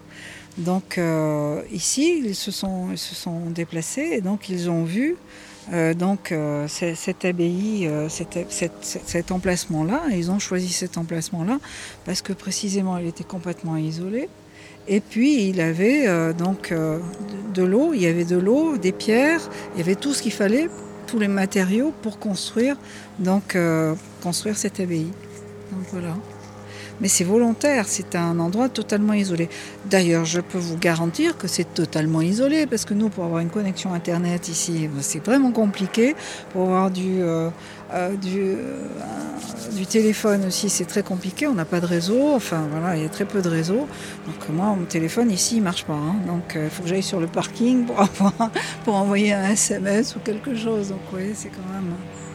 Donc euh, ici, ils se sont, ils se sont déplacés et donc ils ont vu euh, donc, euh, cette abbaye, euh, cet, cet, cet emplacement-là. Ils ont choisi cet emplacement-là parce que précisément, il était complètement isolé. Et puis, il avait euh, donc euh, de, de l'eau, il y avait de l'eau, des pierres, il y avait tout ce qu'il fallait, tous les matériaux pour construire, donc, euh, construire cette abbaye. Donc voilà. Mais c'est volontaire, c'est un endroit totalement isolé. D'ailleurs, je peux vous garantir que c'est totalement isolé, parce que nous, pour avoir une connexion Internet ici, c'est vraiment compliqué. Pour avoir du, euh, euh, du, euh, du téléphone aussi, c'est très compliqué. On n'a pas de réseau, enfin voilà, il y a très peu de réseau. Donc moi, mon téléphone ici, il ne marche pas. Hein. Donc il euh, faut que j'aille sur le parking pour, avoir, pour envoyer un S M S ou quelque chose. Donc oui, c'est quand même...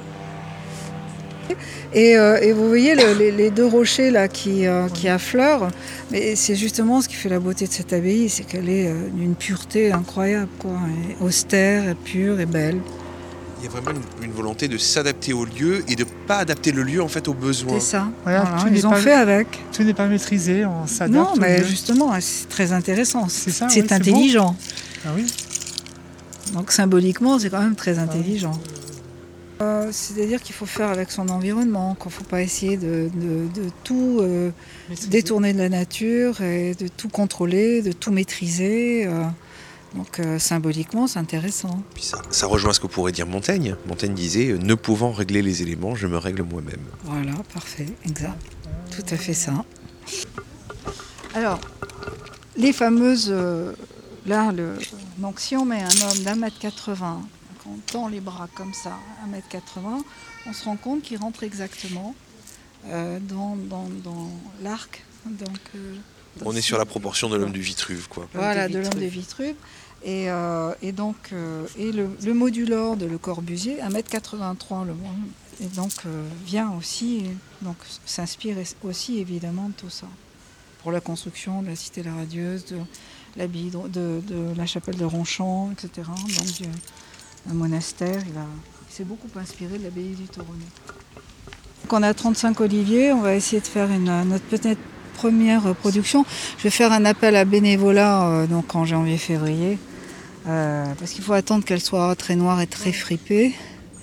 Et, euh, et vous voyez le, les, les deux rochers là qui, euh, qui affleurent, mais c'est justement ce qui fait la beauté de cette abbaye, c'est qu'elle est euh, d'une pureté incroyable, quoi, et austère, et pure et belle.
Il y a vraiment une, une volonté de s'adapter au lieu et de ne pas adapter le lieu en fait aux besoins.
C'est ça,
voilà,
voilà, ils ont fait avec.
Tout n'est pas maîtrisé, on s'adapte.
Non, mais justement, c'est très intéressant,
c'est, ça,
c'est
oui,
intelligent.
C'est bon. Ah oui.
Donc symboliquement, c'est quand même très intelligent. Ah oui. Euh, c'est-à-dire qu'il faut faire avec son environnement, qu'il ne faut pas essayer de, de, de tout euh, détourner de la nature, et de tout contrôler, de tout maîtriser. Euh, donc euh, symboliquement, c'est intéressant.
Puis ça, ça rejoint ce que pourrait dire Montaigne. Montaigne disait « Ne pouvant régler les éléments, je me règle moi-même ».
Voilà, parfait, exact. Tout à fait ça. Alors, les fameuses... Euh, là, le, donc si on met un homme d'un mètre quatre-vingts, on tend les bras comme ça, un mètre quatre-vingts, on se rend compte qu'il rentre exactement euh, dans, dans, dans l'arc. Donc, euh,
on est sur la proportion de l'homme du Vitruve, quoi.
Voilà, de l'homme du Vitruve. Et, euh, et donc, euh, et le, le modulor de Le Corbusier, un mètre quatre-vingt-trois, le, et donc euh, vient aussi, donc s'inspire aussi évidemment de tout ça. Pour la construction de la Cité la Radieuse, de l'abbaye de, de, de la chapelle de Ronchamp, et cetera. Donc, du, un monastère, il, a, il s'est beaucoup inspiré de l'abbaye du Toronnet. Donc on a trente-cinq oliviers, on va essayer de faire une, notre peut-être première production. Je vais faire un appel à bénévolat euh, donc en janvier-février, euh, parce qu'il faut attendre qu'elle soit très noire et très fripée.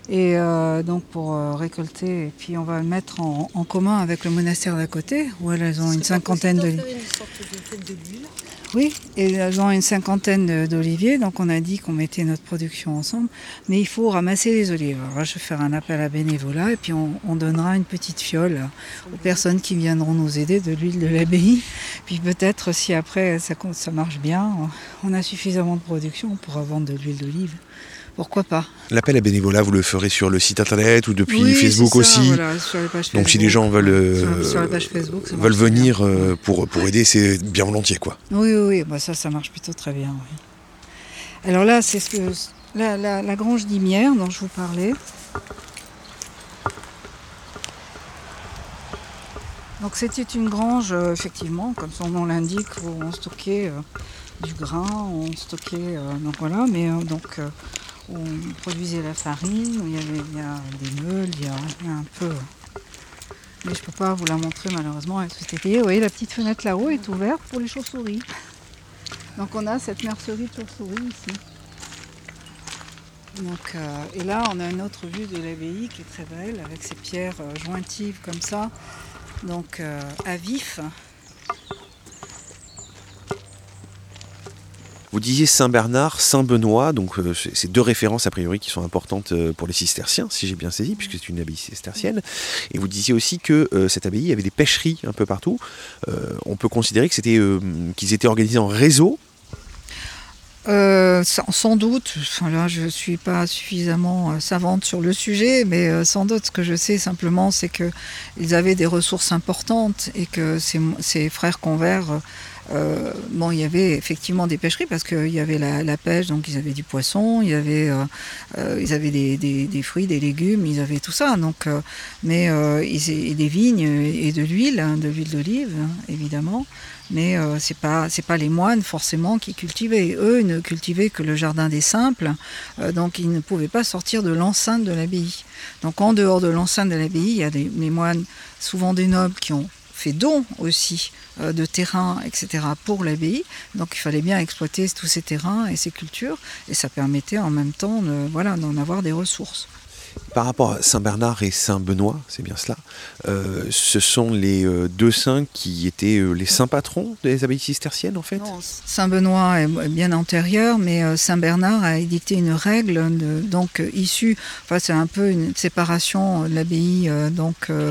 Et euh, donc pour euh, récolter, et puis on va le mettre en, en commun avec le monastère d'à côté, où elles ont une cinquantaine de...
Une sorte de fête de l'huile.
Oui, et elles ont une cinquantaine d'oliviers, donc on a dit qu'on mettait notre production ensemble, mais il faut ramasser les olives. Alors là, je vais faire un appel à bénévolat, et puis on, on donnera une petite fiole aux personnes qui viendront nous aider de l'huile de l'abbaye. Puis peut-être, si après ça, ça marche bien, on a suffisamment de production, on pourra vendre de l'huile d'olive. Pourquoi pas?
L'appel à bénévolat, vous le ferez sur le site internet ou depuis
oui,
Facebook
ça,
aussi.
Voilà, sur les pages
Donc
Facebook,
si les gens veulent, euh,
sur, sur la page Facebook, ça
veulent
marche
venir
bien.
euh, pour, pour aider, c'est bien volontiers, quoi.
Oui, oui, oui. Bah, ça, ça marche plutôt très bien. Oui. Alors là, c'est ce que la, la, la grange d'Imière dont je vous parlais. Donc c'était une grange, euh, effectivement, comme son nom l'indique, où on stockait euh, du grain, on stockait, euh, donc voilà, mais euh, donc euh, on produisait la farine, il y avait il y a des meules, il y a, il y a un peu. Mais je ne peux pas vous la montrer malheureusement avec cet étayer. Vous voyez, la petite fenêtre là-haut est ouverte pour les chauves-souris. Donc on a cette nurserie de chauves-souris ici. Donc, euh, et là, on a une autre vue de l'abbaye qui est très belle, avec ces pierres euh, jointives comme ça, donc euh, à vif.
Vous disiez Saint-Bernard, Saint-Benoît, donc euh, c'est deux références a priori qui sont importantes euh, pour les cisterciens, si j'ai bien saisi, puisque c'est une abbaye cistercienne. Et vous disiez aussi que euh, cette abbaye avait des pêcheries un peu partout. Euh, on peut considérer que c'était, euh, qu'ils étaient organisés en réseau.
Euh, sans, sans doute, enfin, là je ne suis pas suffisamment euh, savante sur le sujet, mais euh, sans doute ce que je sais simplement c'est qu'ils avaient des ressources importantes et que ces, ces frères convers, euh, bon il y avait effectivement des pêcheries parce qu'il y avait la, la pêche, donc ils avaient du poisson, il y avait, euh, euh, ils avaient des, des, des fruits, des légumes, ils avaient tout ça, donc, euh, mais euh, ils, et des vignes et de l'huile, hein, de l'huile d'olive hein, évidemment. Mais euh, ce n'est pas, c'est pas les moines forcément qui cultivaient. Eux, ils ne cultivaient que le jardin des simples, euh, donc ils ne pouvaient pas sortir de l'enceinte de l'abbaye. Donc en dehors de l'enceinte de l'abbaye, il y a des, des moines, souvent des nobles, qui ont fait don aussi euh, de terrain, et cetera pour l'abbaye. Donc il fallait bien exploiter tous ces terrains et ces cultures, et ça permettait en même temps de, voilà, d'en avoir des ressources.
Par rapport à Saint-Bernard et Saint-Benoît, c'est bien cela, euh, ce sont les euh, deux saints qui étaient euh, les saints patrons des abbayes cisterciennes en fait.
Non, Saint-Benoît est bien antérieur, mais euh, Saint-Bernard a édicté une règle, de, donc euh, issue, enfin c'est un peu une séparation de l'abbaye euh, donc euh,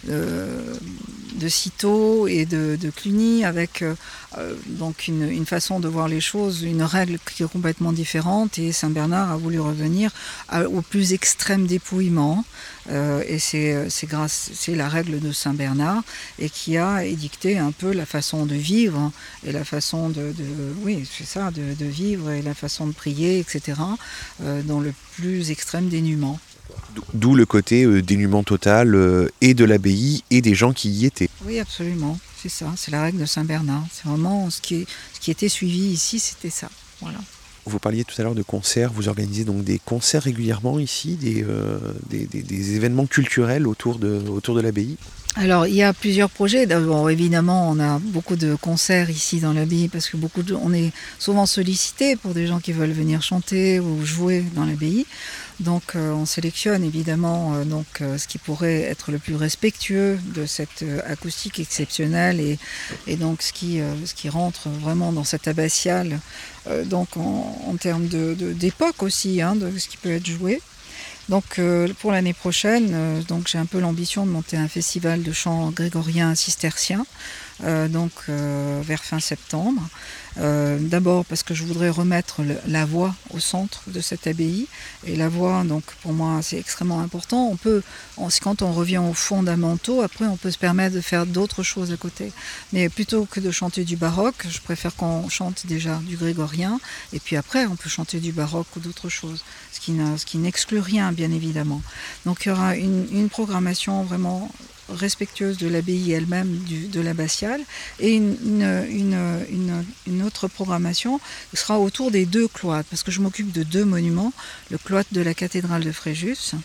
euh, de Cîteaux et de, de Cluny, avec euh, donc une, une façon de voir les choses, une règle qui est complètement différente, et Saint-Bernard a voulu revenir à, au plus extrême dépouillement, euh, et c'est, c'est, grâce, c'est la règle de Saint-Bernard, et qui a édicté un peu la façon de vivre, et la façon de, de oui, c'est ça, de, de vivre, et la façon de prier, et cetera, euh, dans le plus extrême dénuement.
D'où le côté euh, dénuement total euh, et de l'abbaye et des gens qui y étaient.
Oui, absolument, c'est ça, c'est la règle de Saint-Bernard. C'est vraiment ce qui, est, ce qui était suivi ici, c'était ça. Voilà.
Vous parliez tout à l'heure de concerts, vous organisez donc des concerts régulièrement ici, des, euh, des, des, des événements culturels autour de, autour de l'abbaye?
Alors, il y a plusieurs projets. D'abord, évidemment, on a beaucoup de concerts ici dans l'abbaye parce que beaucoup de, on est souvent sollicité pour des gens qui veulent venir chanter ou jouer dans l'abbaye. Donc, euh, on sélectionne évidemment euh, donc, euh, ce qui pourrait être le plus respectueux de cette euh, acoustique exceptionnelle et, et donc ce qui, euh, ce qui rentre vraiment dans cette abbatiale, euh, donc en, en termes de, de, d'époque aussi, hein, de ce qui peut être joué. Donc euh, pour l'année prochaine, euh, donc j'ai un peu l'ambition de monter un festival de chant grégorien cistercien, euh, donc euh, vers fin septembre. Euh, d'abord parce que je voudrais remettre le, la voix au centre de cette abbaye, et la voix, donc pour moi c'est extrêmement important. On peut, on, quand on revient aux fondamentaux, après on peut se permettre de faire d'autres choses à côté. Mais plutôt que de chanter du baroque, je préfère qu'on chante déjà du grégorien, et puis après on peut chanter du baroque ou d'autres choses, ce qui, ce qui n'exclut rien bien évidemment. Donc il y aura une, une programmation vraiment respectueuse de l'abbaye elle-même, du, de l'abbatiale, et une, une, une, une, une autre programmation qui sera autour des deux cloîtres, parce que je m'occupe de deux monuments, le cloître de la cathédrale de Fréjus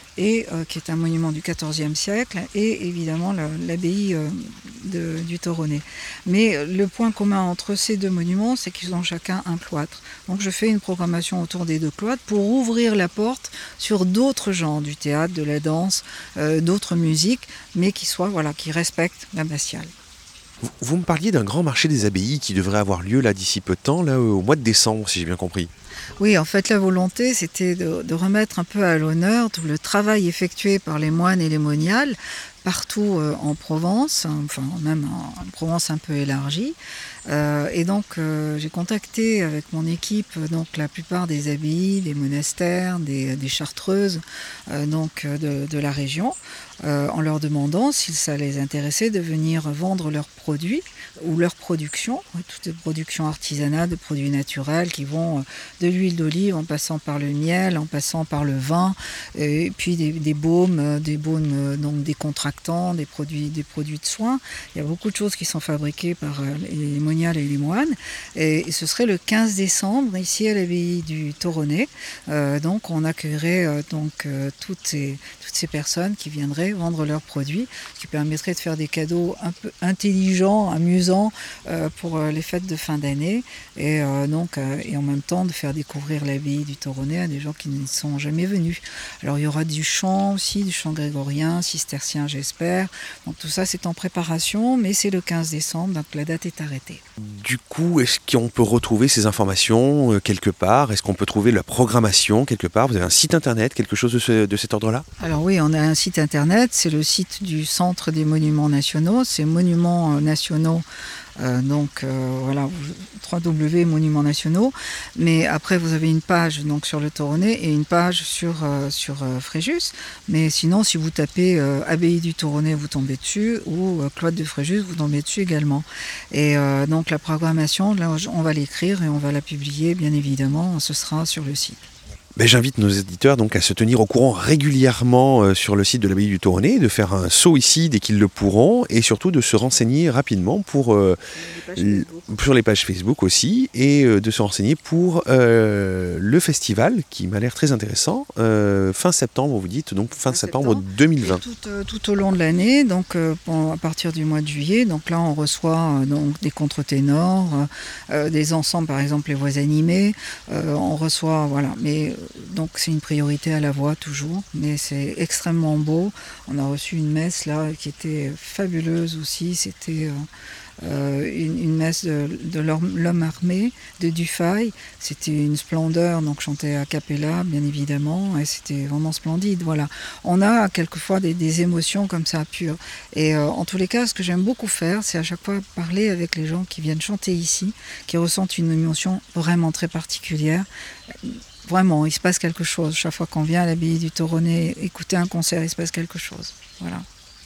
et euh, qui est un monument du quatorzième siècle, et évidemment la, l'abbaye euh, de, du Toronnet. Mais le point commun entre ces deux monuments, c'est qu'ils ont chacun un cloître. Donc je fais une programmation autour des deux cloîtres pour ouvrir la porte sur d'autres genres, du théâtre, de la danse, euh, d'autres musiques, mais qui soient, voilà, qui respectent l'abbatiale.
Vous, vous me parliez d'un grand marché des abbayes qui devrait avoir lieu là d'ici peu de temps, là au mois de décembre, si j'ai bien compris.
Oui, en fait, la volonté, c'était de, de remettre un peu à l'honneur tout le travail effectué par les moines et les moniales partout euh, en Provence, enfin même en, en Provence un peu élargie. Euh, et donc, euh, j'ai contacté avec mon équipe donc la plupart des abbayes, des monastères, des, des chartreuses euh, donc de, de la région, euh, en leur demandant si ça les intéressait de venir vendre leurs produits ou leur production, toutes les productions artisanales de produits naturels qui vont de l'huile d'olive en passant par le miel, en passant par le vin, et puis des, des baumes, des baumes donc décontractants, des produits, des produits de soins. Il y a beaucoup de choses qui sont fabriquées par les moniales et les moines. Et, et ce serait le quinze décembre ici à l'abbaye du Toronnet. Euh, donc on accueillerait euh, donc euh, toutes ces toutes ces personnes qui viendraient vendre leurs produits, qui permettraient de faire des cadeaux un peu intelligents, amusants euh, pour euh, les fêtes de fin d'année, et euh, donc euh, et en même temps de faire découvrir l'abbaye du Toronnet à des gens qui ne sont jamais venus. Alors il y aura du chant aussi, du chant grégorien, cistercien j'espère. Donc tout ça c'est en préparation, mais c'est le quinze décembre, donc la date est arrêtée.
Du coup, est-ce qu'on peut retrouver ces informations euh, quelque part? Est-ce qu'on peut trouver la programmation quelque part? Vous avez un site internet, quelque chose de, ce, de cet ordre-là?
Alors oui, on a un site internet, c'est le site du Centre des Monuments Nationaux, c'est Monuments Nationaux. Euh, donc euh, voilà, w w w point monuments nationaux. Mais après vous avez une page donc sur le Toronnet et une page sur euh, sur euh, Fréjus. Mais sinon, si vous tapez euh, abbaye du Toronnet, vous tombez dessus, ou euh, cloître de Fréjus, vous tombez dessus également. Et euh, donc la programmation, là, on va l'écrire et on va la publier, bien évidemment. Ce sera sur le site.
Ben, j'invite nos éditeurs donc à se tenir au courant régulièrement euh, sur le site de l'abbaye du Toronnet, de faire un saut ici dès qu'ils le pourront, et surtout de se renseigner rapidement pour euh, les sur les pages Facebook aussi, et euh, de se renseigner pour euh, le festival qui m'a l'air très intéressant, euh, fin septembre vous dites, donc fin, fin septembre, septembre deux mille vingt.
Tout, euh, tout au long de l'année, donc euh, à partir du mois de juillet, donc là on reçoit euh, donc des contre-ténors, euh, des ensembles par exemple les voix animées, euh, on reçoit voilà, mais donc c'est une priorité à la voix toujours, mais c'est extrêmement beau. On a reçu une messe là qui était fabuleuse aussi, c'était euh, une, une messe de, de l'homme armé de Dufay, c'était une splendeur, donc chanté a cappella bien évidemment, et c'était vraiment splendide. Voilà, on a quelquefois des, des émotions comme ça pures, et euh, en tous les cas ce que j'aime beaucoup faire, c'est à chaque fois parler avec les gens qui viennent chanter ici, qui ressentent une émotion vraiment très particulière. Vraiment, il se passe quelque chose. Chaque fois qu'on vient à l'abbaye du Toronnet écouter un concert, il se passe quelque chose. Voilà.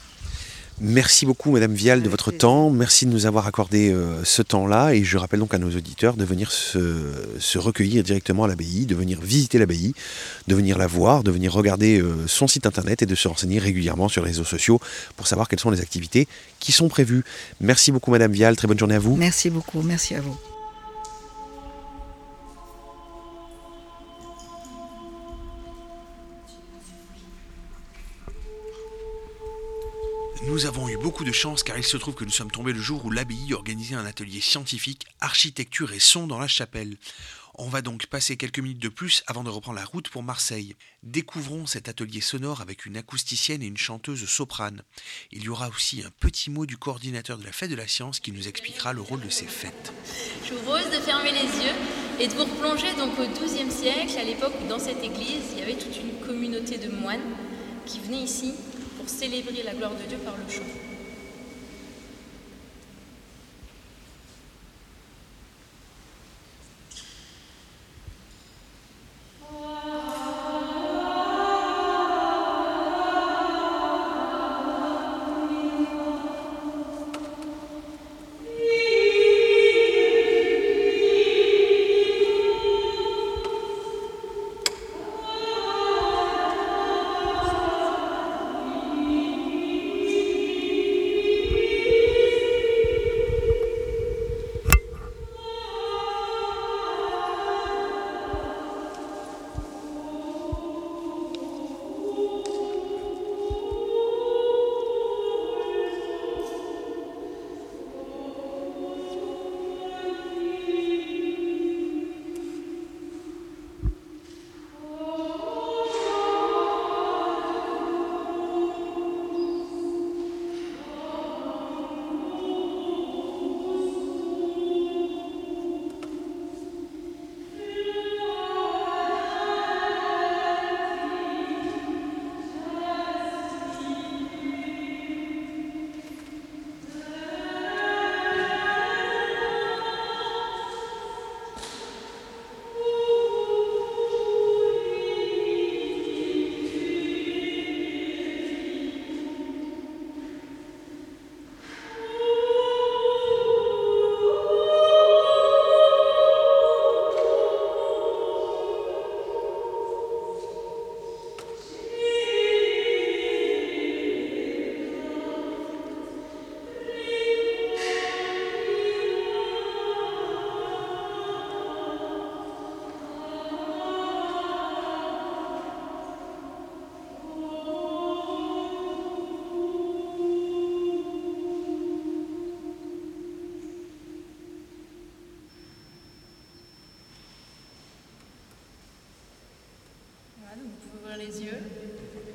Merci beaucoup Madame Vial de votre temps, merci de nous avoir accordé euh, ce temps-là, et je rappelle donc à nos auditeurs de venir se, se recueillir directement à l'abbaye, de venir visiter l'abbaye, de venir la voir, de venir regarder euh, son site internet et de se renseigner régulièrement sur les réseaux sociaux pour savoir quelles sont les activités qui sont prévues. Merci beaucoup Madame Vial, très bonne journée à vous.
Merci beaucoup, merci à vous.
Nous avons eu beaucoup de chance car il se trouve que nous sommes tombés le jour où l'abbaye organisait un atelier scientifique, architecture et son dans la chapelle. On va donc passer quelques minutes de plus avant de reprendre la route pour Marseille. Découvrons cet atelier sonore avec une acousticienne et une chanteuse soprane. Il y aura aussi un petit mot du coordinateur de la Fête de la Science qui nous expliquera le rôle de ces fêtes.
Je vous propose de fermer les yeux et de vous replonger donc au douzième siècle, à l'époque où dans cette église, il y avait toute une communauté de moines qui venaient ici pour célébrer la gloire de Dieu par le chant.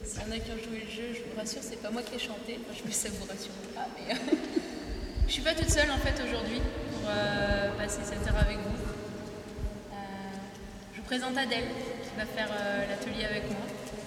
s'il y en a qui ont joué le jeu, je vous rassure, c'est pas moi qui ai chanté. Enfin, je sais que ça vous rassure pas, mais je suis pas toute seule en fait aujourd'hui pour euh, passer cette heure avec vous. Euh, je vous présente Adèle qui va faire euh, l'atelier avec moi.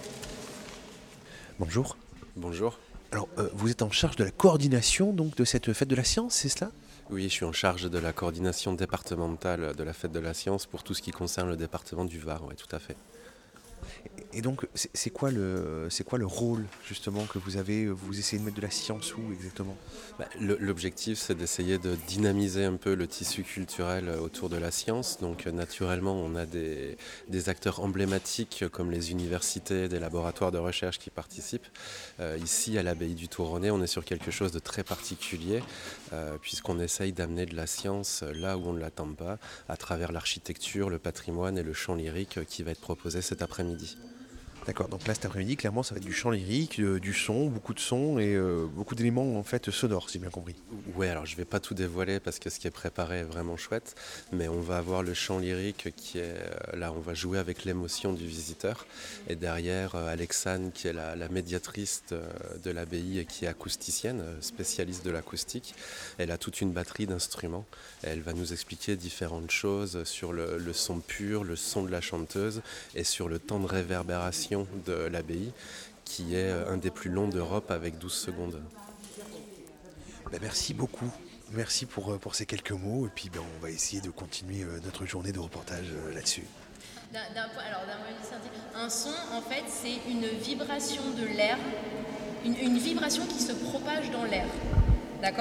Bonjour.
Bonjour.
Alors, euh, vous êtes en charge de la coordination donc, de cette fête de la science, c'est cela ?
Oui, je suis en charge de la coordination départementale de la fête de la science pour tout ce qui concerne le département du Var, oui, tout à fait.
Et donc, c'est, c'est, quoi le, c'est quoi le rôle, justement, que vous avez ? Vous essayez de mettre de la science où, exactement ?
bah, le, L'objectif, c'est d'essayer de dynamiser un peu le tissu culturel autour de la science. Donc, naturellement, on a des, des acteurs emblématiques comme les universités, des laboratoires de recherche qui participent. Euh, ici, à l'abbaye du Touronnais, on est sur quelque chose de très particulier, euh, puisqu'on essaye d'amener de la science là où on ne l'attend pas, à travers l'architecture, le patrimoine et le chant lyrique qui va être proposé cet après-midi.
D'accord, donc là cet après-midi, clairement ça va être du chant lyrique, euh, du son, beaucoup de sons et euh, beaucoup d'éléments en fait sonores, si j'ai bien compris.
Oui, alors je ne vais pas tout dévoiler parce que ce qui est préparé est vraiment chouette, mais on va avoir le chant lyrique qui est là, on va jouer avec l'émotion du visiteur, et derrière euh, Alexane qui est la, la médiatrice de, de l'abbaye et qui est acousticienne, spécialiste de l'acoustique. Elle a toute une batterie d'instruments, et elle va nous expliquer différentes choses sur le, le son pur, le son de la chanteuse et sur le temps de réverbération de l'abbaye, qui est un des plus longs d'Europe avec douze secondes.
Ben merci beaucoup. Merci pour, pour ces quelques mots. Et puis ben, on va essayer de continuer notre journée de reportage là-dessus.
D'un, d'un, alors, d'un point de vue scientifique, un son, en fait, c'est une vibration de l'air, une, une vibration qui se propage dans l'air. D'accord ?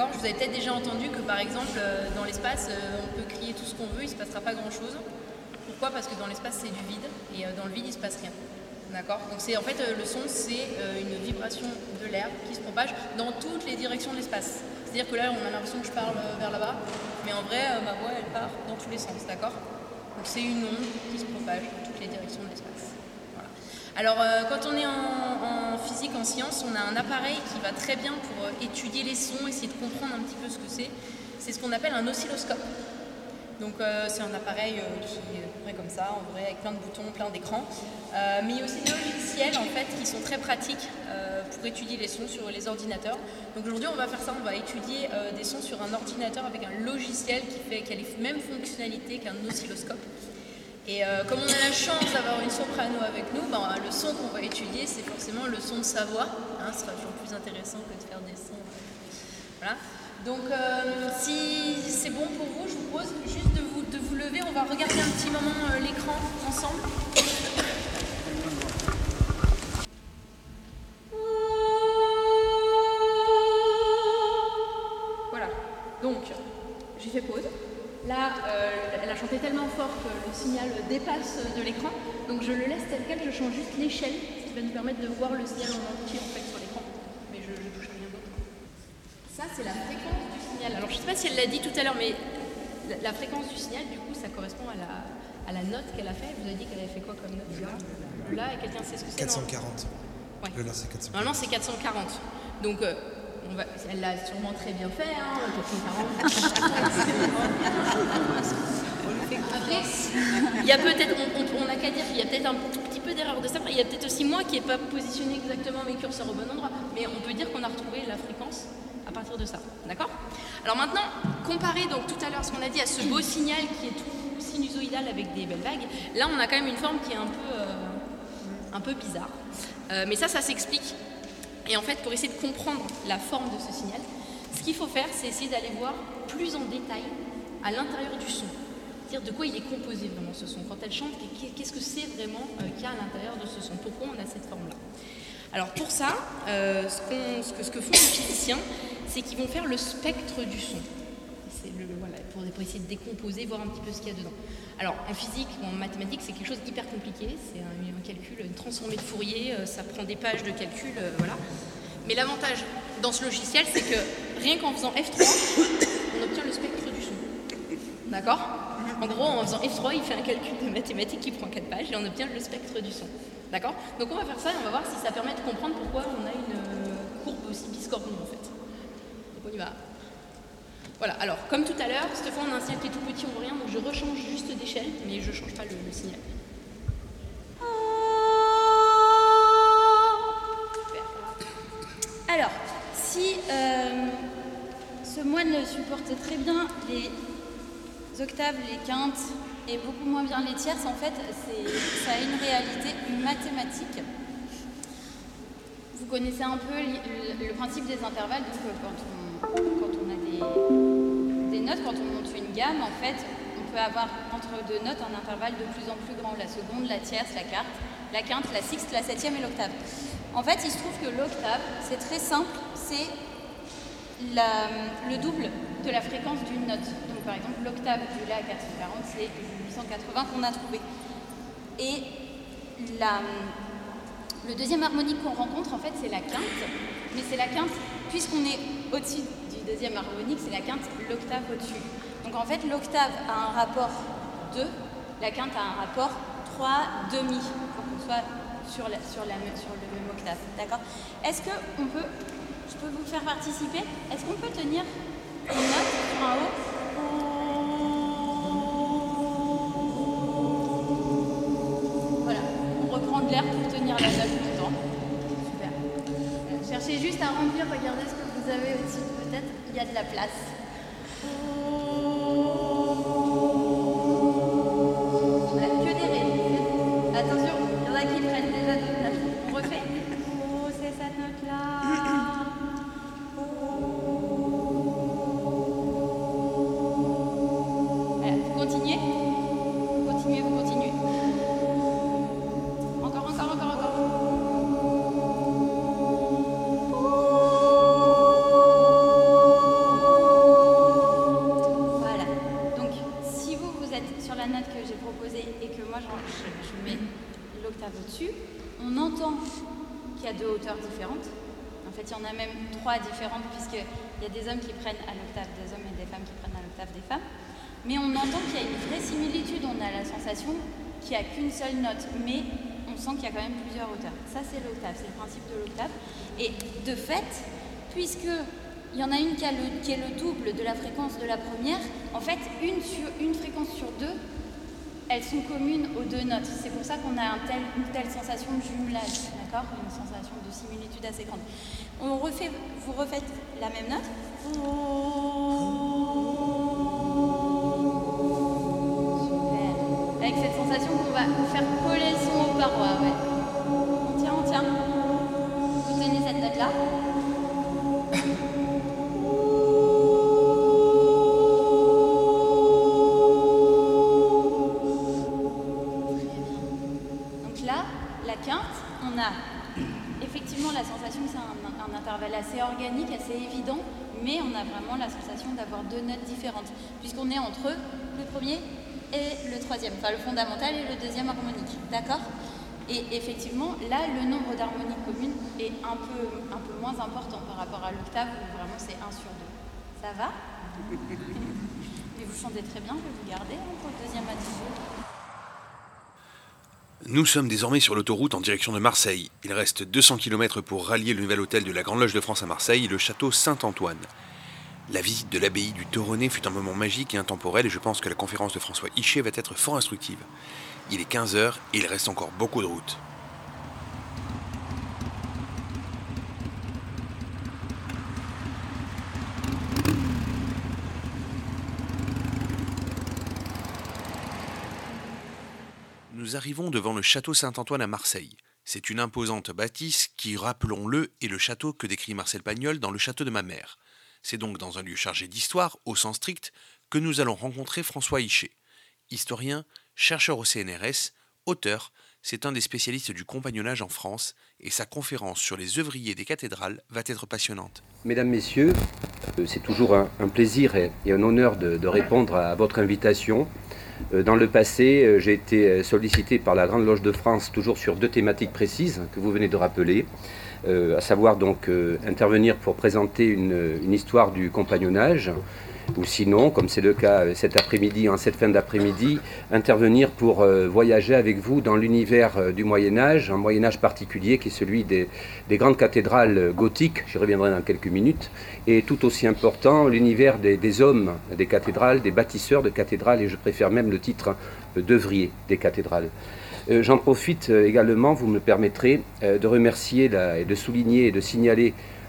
Vous avez peut-être déjà entendu que, par exemple, dans l'espace, on peut crier tout ce qu'on veut, il ne se passera pas grand-chose. Pourquoi ? Parce que dans l'espace, c'est du vide, et dans le vide, il ne se passe rien. D'accord ? Donc c'est, en fait, le son, c'est une vibration de l'air qui se propage dans toutes les directions de l'espace. C'est-à-dire que là, on a l'impression que je parle vers là-bas, mais en vrai, ma voix, elle part dans tous les sens, d'accord ? Donc c'est une onde qui se propage dans toutes les directions de l'espace. Voilà. Alors, euh, quand on est en, en physique, en sciences, on a un appareil qui va très bien pour étudier les sons, essayer de comprendre un petit peu ce que c'est. C'est ce qu'on appelle un oscilloscope. Donc euh, c'est un appareil euh, qui est à peu près comme ça, en vrai, avec plein de boutons, plein d'écrans. Euh, mais il y a aussi des logiciels en fait, qui sont très pratiques euh, pour étudier les sons sur les ordinateurs. Donc aujourd'hui on va faire ça, on va étudier euh, des sons sur un ordinateur avec un logiciel qui, fait, qui a les mêmes fonctionnalités qu'un oscilloscope. Et euh, comme on a la chance d'avoir une soprano avec nous, ben, le son qu'on va étudier c'est forcément le son de sa voix. Hein, ce sera toujours plus intéressant que de faire des sons. Euh, voilà. Donc euh, si c'est bon pour vous, je vous propose juste de vous, de vous lever, on va regarder un petit moment euh, l'écran ensemble. Voilà, donc j'ai fait pause. Là, euh, elle a chanté tellement fort que le signal dépasse de l'écran, donc je le laisse tel quel, je change juste l'échelle, ce qui va nous permettre de voir le signal en entier en fait sur l'écran, mais je ne touche à rien d'autre. Ça, c'est la fréquence du signal. Alors, je ne sais pas si elle l'a dit tout à l'heure, mais la, la fréquence du signal, du coup, ça correspond à la, à la note qu'elle a fait. Vous avez dit qu'elle avait fait quoi comme note ? Le La, et quelqu'un sait ce que c'est ?
quatre cent quarante.
Ouais.
Le La, c'est quatre cent quarante.
Normalement, c'est quatre cent quarante. Donc, euh, on va, elle l'a sûrement très bien fait, hein, quatre cent quarante. Après, il y a peut-être, on n'a qu'à dire qu'il y a peut-être un petit peu d'erreur de ça. Il y a peut-être aussi moi qui n'ai pas positionné exactement mes curseurs au bon endroit. Mais on peut dire qu'on a retrouvé la fréquence à partir de ça, d'accord ? Alors maintenant, comparé donc tout à l'heure ce qu'on a dit à ce beau signal qui est tout sinusoïdal avec des belles vagues, là on a quand même une forme qui est un peu, euh, un peu bizarre. Euh, mais ça, ça s'explique. Et en fait, pour essayer de comprendre la forme de ce signal, ce qu'il faut faire, c'est essayer d'aller voir plus en détail à l'intérieur du son. C'est-à-dire de quoi il est composé vraiment ce son. Quand elle chante, qu'est-ce que c'est vraiment euh, qu'il y a à l'intérieur de ce son ? Pourquoi on a cette forme-là ? Alors pour ça, euh, ce, qu'on, ce, que, ce que font les physiciens, c'est qu'ils vont faire le spectre du son. C'est le, voilà, pour, pour essayer de décomposer, voir un petit peu ce qu'il y a dedans. Alors en physique ou en mathématiques, c'est quelque chose d'hyper compliqué. C'est un, un calcul, une transformée de Fourier, euh, ça prend des pages de calcul, euh, voilà. Mais l'avantage dans ce logiciel, c'est que rien qu'en faisant F trois, on obtient le spectre du son. D'accord ? En gros, en faisant F trois, il fait un calcul de mathématiques qui prend quatre pages et on obtient le spectre du son. D'accord ? Donc on va faire ça et on va voir si ça permet de comprendre pourquoi on a une courbe aussi biscornue en fait. Donc on y va. Voilà, alors comme tout à l'heure, cette fois on a un signal qui est tout petit, on voit rien, donc je rechange juste d'échelle, mais je ne change pas le, le signal. si euh, ce moine supporte très bien les octaves, les quintes et beaucoup moins bien les tierces, en fait, c'est, ça a une réalité mathématique. Vous connaissez un peu le, le principe des intervalles, donc quand on, quand on a des, des notes, quand on monte une gamme, en fait, on peut avoir entre deux notes un intervalle de plus en plus grand, la seconde, la tierce, la quarte, la quinte, la sixte, la septième et l'octave. En fait, il se trouve que l'octave, c'est très simple, c'est la, le double de la fréquence d'une note. Donc par exemple, l'octave du La à quatre cent quarante, c'est huit cent quatre-vingts qu'on a trouvé. Et la, le deuxième harmonique qu'on rencontre, en fait, c'est la quinte. Mais c'est la quinte, puisqu'on est au-dessus du deuxième harmonique, c'est la quinte, l'octave au-dessus. Donc en fait, l'octave a un rapport deux, la quinte a un rapport trois demi, pour qu'on soit sur, la, sur, la, sur le même octave. D'accord ? Est-ce qu'on peut, je peux vous faire participer ? Est-ce qu'on peut tenir une note sur un haut ? Voilà, on reprend de l'air pour tenir la note tout le temps. Super. Euh, cherchez juste à remplir, regardez ce que vous avez au-dessus. Peut-être il y a de la place. Voilà, que des ré. Attention, il y en a qui prennent déjà d'autres notes. On refait. Oh, c'est cette note-là. Voilà, vous continuez. Vous continuez, vous continuez. Encore, encore, encore, encore. Voilà. Donc, si vous, vous êtes sur la note que j'ai proposée et que moi, je, je mets l'octave au-dessus, on entend qu'il y a deux hauteurs différentes. En fait, il y en a même trois différentes, puisqu'il y a des hommes qui prennent à l'octave des hommes et des femmes qui prennent à l'octave des femmes. Mais on entend qu'il y a une vraie similitude, on a la sensation qu'il n'y a qu'une seule note, mais on sent qu'il y a quand même plusieurs hauteurs. Ça, c'est l'octave, c'est le principe de l'octave. Et de fait, puisqu'il y en a une qui, a le, qui est le double de la fréquence de la première, en fait, une, sur, une fréquence sur deux, elles sont communes aux deux notes. C'est pour ça qu'on a un tel, une telle sensation de jumelage, d'accord ? Une sensation de similitude assez grande. On refait, vous refaites la même note. Super. Avec cette sensation qu'on va faire coller le son aux parois. Ouais. On tient, on tient. Vous tenez cette note-là. On a effectivement la sensation que c'est un, un intervalle assez organique, assez évident, mais on a vraiment la sensation d'avoir deux notes différentes, puisqu'on est entre le premier et le troisième, enfin le fondamental et le deuxième harmonique, d'accord ? Et effectivement, là, le nombre d'harmoniques communes est un peu, un peu moins important par rapport à l'octave, où vraiment c'est un sur deux. Ça va ? Mais vous chantez très bien, je vais vous garder hein, pour le deuxième atelier.
Nous sommes désormais sur l'autoroute en direction de Marseille. Il reste deux cents kilomètres pour rallier le nouvel hôtel de la Grande Loge de France à Marseille et le château Saint-Antoine. La visite de l'abbaye du Toronnet fut un moment magique et intemporel et je pense que la conférence de François Hichet va être fort instructive. Il est quinze heures et il reste encore beaucoup de route. Nous arrivons devant le château Saint-Antoine à Marseille. C'est une imposante bâtisse qui, rappelons-le, est le château que décrit Marcel Pagnol dans Le château de ma mère. C'est donc dans un lieu chargé d'histoire, au sens strict, que nous allons rencontrer François Hichet. Historien, chercheur au C N R S, auteur, c'est un des spécialistes du compagnonnage en France et sa conférence sur les œuvriers des cathédrales va être passionnante.
Mesdames, Messieurs, c'est toujours un, un plaisir et, et un honneur de, de répondre à votre invitation. Dans le passé, j'ai été sollicité par la Grande Loge de France, toujours sur deux thématiques précises que vous venez de rappeler, euh, à savoir donc euh, intervenir pour présenter une, une histoire du compagnonnage, ou sinon, comme c'est le cas cet après-midi, en cette fin d'après-midi, intervenir pour euh, voyager avec vous dans l'univers euh, du Moyen-Âge, un Moyen-Âge particulier qui est celui des, des grandes cathédrales gothiques, j'y reviendrai dans quelques minutes, et tout aussi important, l'univers des, des hommes des cathédrales, des bâtisseurs de cathédrales, et je préfère même le titre euh, d'œuvrier des cathédrales. Euh, j'en profite euh, également, vous me permettrez, euh, de remercier la, et de souligner et de signaler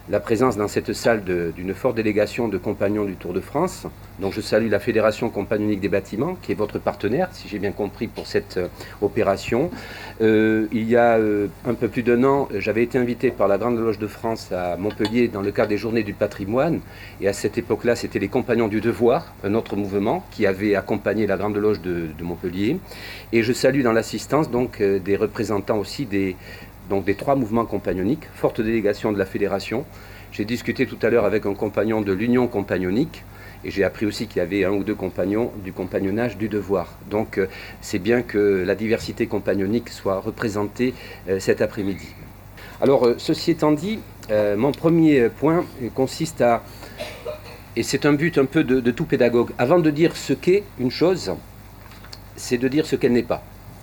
la présence dans cette salle de, d'une forte délégation de compagnons du Tour de France. Donc je salue la Fédération Compagnonique des Bâtiments, qui est votre partenaire, si j'ai bien compris, pour cette euh, opération. Euh, il y a euh, un peu plus d'un an, j'avais été invité par la Grande Loge de France à Montpellier dans le cadre des Journées du Patrimoine. Et à cette époque-là, c'était les Compagnons du Devoir, un autre mouvement qui avait accompagné la Grande Loge de, de Montpellier. Et je salue dans l'assistance donc euh, des représentants aussi des... donc des trois mouvements compagnoniques, forte délégation de la fédération. J'ai discuté tout à l'heure avec un compagnon de l'Union compagnonique et j'ai appris aussi qu'il y avait un ou deux compagnons du compagnonnage du devoir. Donc euh, c'est bien que la diversité compagnonique soit représentée euh, cet après-midi. Alors euh, ceci étant dit, euh, mon premier point consiste à, et c'est un but un peu de, de tout pédagogue, avant de dire ce qu'est une chose, c'est de dire ce qu'elle n'est pas.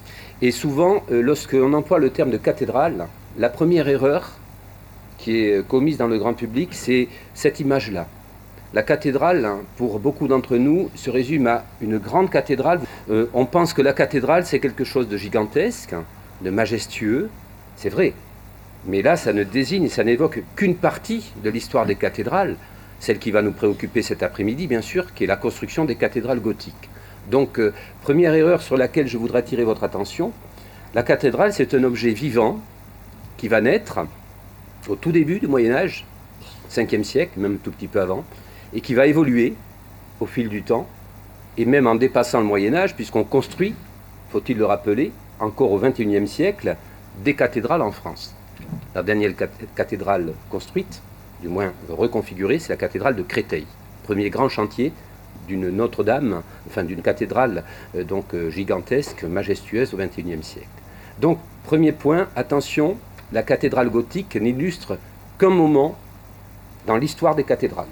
Et souvent, euh, lorsqu'on emploie le terme de cathédrale, la première erreur qui est commise dans le grand public, c'est cette image-là. La cathédrale, hein, pour beaucoup d'entre nous, se résume à une grande cathédrale. Euh, on pense que la cathédrale, c'est quelque chose de gigantesque, de majestueux, c'est vrai. Mais là, ça ne désigne, ça n'évoque qu'une partie de l'histoire des cathédrales, celle qui va nous préoccuper cet après-midi, bien sûr, qui est la construction des cathédrales gothiques. Donc, euh, première erreur sur laquelle je voudrais attirer votre attention, la cathédrale, c'est un objet vivant qui va naître au tout début du Moyen-Âge, cinquième siècle, même un tout petit peu avant, et qui va évoluer au fil du temps, et même en dépassant le Moyen-Âge, puisqu'on construit, faut-il le rappeler, encore au vingt et unième siècle, des cathédrales en France. La dernière cathédrale construite, du moins reconfigurée, c'est la cathédrale de Créteil, premier grand chantier d'une Notre-Dame, enfin d'une cathédrale euh, donc euh, gigantesque, majestueuse au vingt et unième siècle. Donc, premier point, attention, la cathédrale gothique n'illustre qu'un moment dans l'histoire des cathédrales.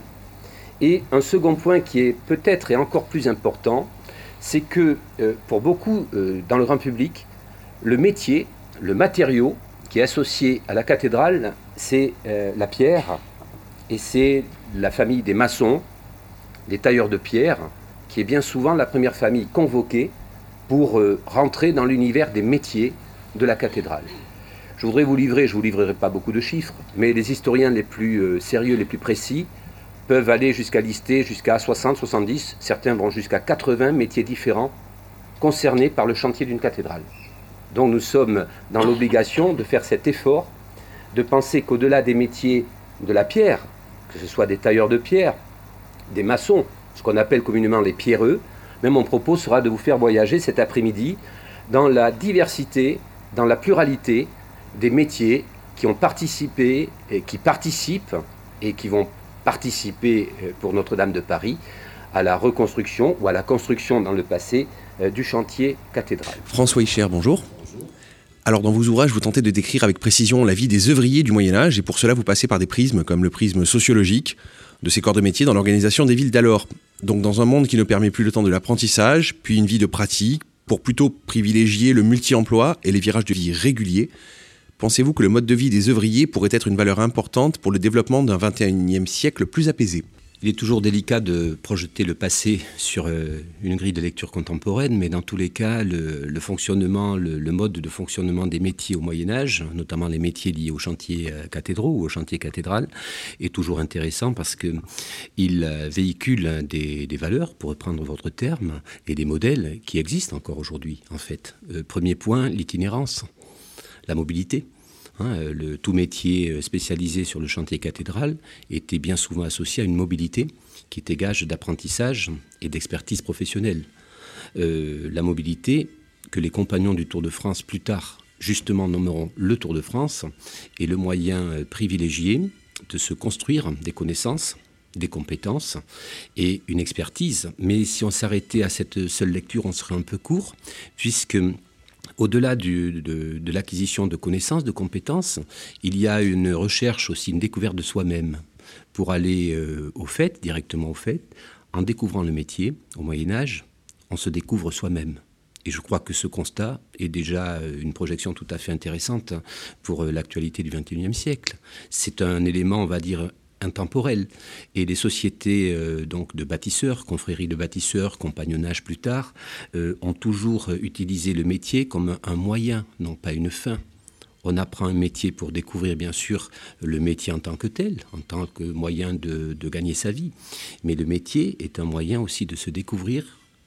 Et un second point qui est peut-être et encore plus important, c'est que euh, pour beaucoup euh, dans le grand public, le métier, le matériau qui est associé à la cathédrale, c'est euh, la pierre, et c'est la famille des maçons, des tailleurs de pierre, qui est bien souvent la première famille convoquée pour euh, rentrer dans l'univers des métiers de la cathédrale. Je voudrais vous livrer, je ne vous livrerai pas beaucoup de chiffres, mais les historiens les plus euh, sérieux, les plus précis, peuvent aller jusqu'à lister jusqu'à soixante, soixante-dix, certains vont jusqu'à quatre-vingts métiers différents concernés par le chantier d'une cathédrale. Donc nous sommes dans l'obligation de faire cet effort, de penser qu'au-delà des métiers de la pierre, que ce soit des tailleurs de pierre, des maçons, ce qu'on appelle communément les pierreux, mais mon propos sera de vous faire voyager cet après-midi dans la diversité, dans la pluralité des métiers qui ont participé et qui participent et qui vont participer pour Notre-Dame de Paris à la reconstruction ou à la construction dans le passé du chantier cathédral.
François Hicher, bonjour. Alors dans vos ouvrages, vous tentez de décrire avec précision la vie des œuvriers du Moyen-Âge et pour cela vous passez par des prismes comme le prisme sociologique de ces corps de métier dans l'organisation des villes d'alors. Donc dans un monde qui ne permet plus le temps de l'apprentissage, puis une vie de pratique, pour plutôt privilégier le multi-emploi et les virages de vie réguliers, pensez-vous que le mode de vie des œuvriers pourrait être une valeur importante pour le développement d'un vingt et unième siècle plus apaisé ?
Il est toujours délicat de projeter le passé sur une grille de lecture contemporaine, mais dans tous les cas, le, le fonctionnement, le, le mode de fonctionnement des métiers au Moyen-Âge, notamment les métiers liés aux chantiers cathédraux ou aux chantiers cathédrales, est toujours intéressant parce qu'il véhicule des, des valeurs, pour reprendre votre terme, et des modèles qui existent encore aujourd'hui, en fait. Euh, premier point, l'itinérance, la mobilité. Hein, le, tout métier spécialisé sur le chantier cathédral était bien souvent associé à une mobilité qui était gage d'apprentissage et d'expertise professionnelle. Euh, la mobilité que les compagnons du Tour de France plus tard justement nommeront le Tour de France est le moyen privilégié de se construire des connaissances, des compétences et une expertise. Mais si on s'arrêtait à cette seule lecture, on serait un peu court, puisque au-delà du, de, de l'acquisition de connaissances, de compétences, il y a une recherche aussi, une découverte de soi-même pour aller euh, au fait, directement au fait. En découvrant le métier, au Moyen-Âge, on se découvre soi-même. Et je crois que ce constat est déjà une projection tout à fait intéressante pour l'actualité du vingt et unième siècle. C'est un élément, on va dire, intemporel. Et les sociétés euh, donc de bâtisseurs, confréries de bâtisseurs, compagnonnage plus tard, euh, ont toujours utilisé le métier comme un moyen, non pas une fin. On apprend un métier pour découvrir, bien sûr, le métier en tant que tel, en tant que moyen de, de gagner sa vie. Mais le métier est un moyen aussi de se découvrir,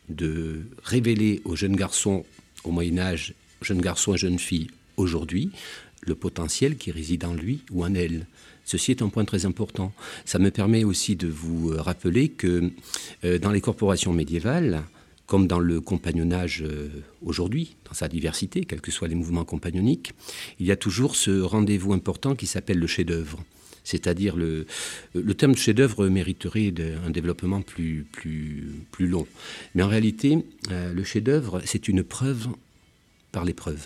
de révéler aux jeunes garçons au Moyen-Âge, jeunes garçons et jeunes filles aujourd'hui, le potentiel qui réside en lui ou en elle. Ceci est un point très important. Ça me permet aussi de vous rappeler que euh, dans les corporations médiévales, comme dans le compagnonnage euh, aujourd'hui, dans sa diversité, quels que soient les mouvements compagnoniques, il y a toujours ce rendez-vous important qui s'appelle le chef-d'œuvre. C'est-à-dire le, le terme de chef-d'œuvre mériterait de, un développement plus, plus, plus long. Mais en réalité, euh, le chef-d'œuvre, c'est une preuve par l'épreuve.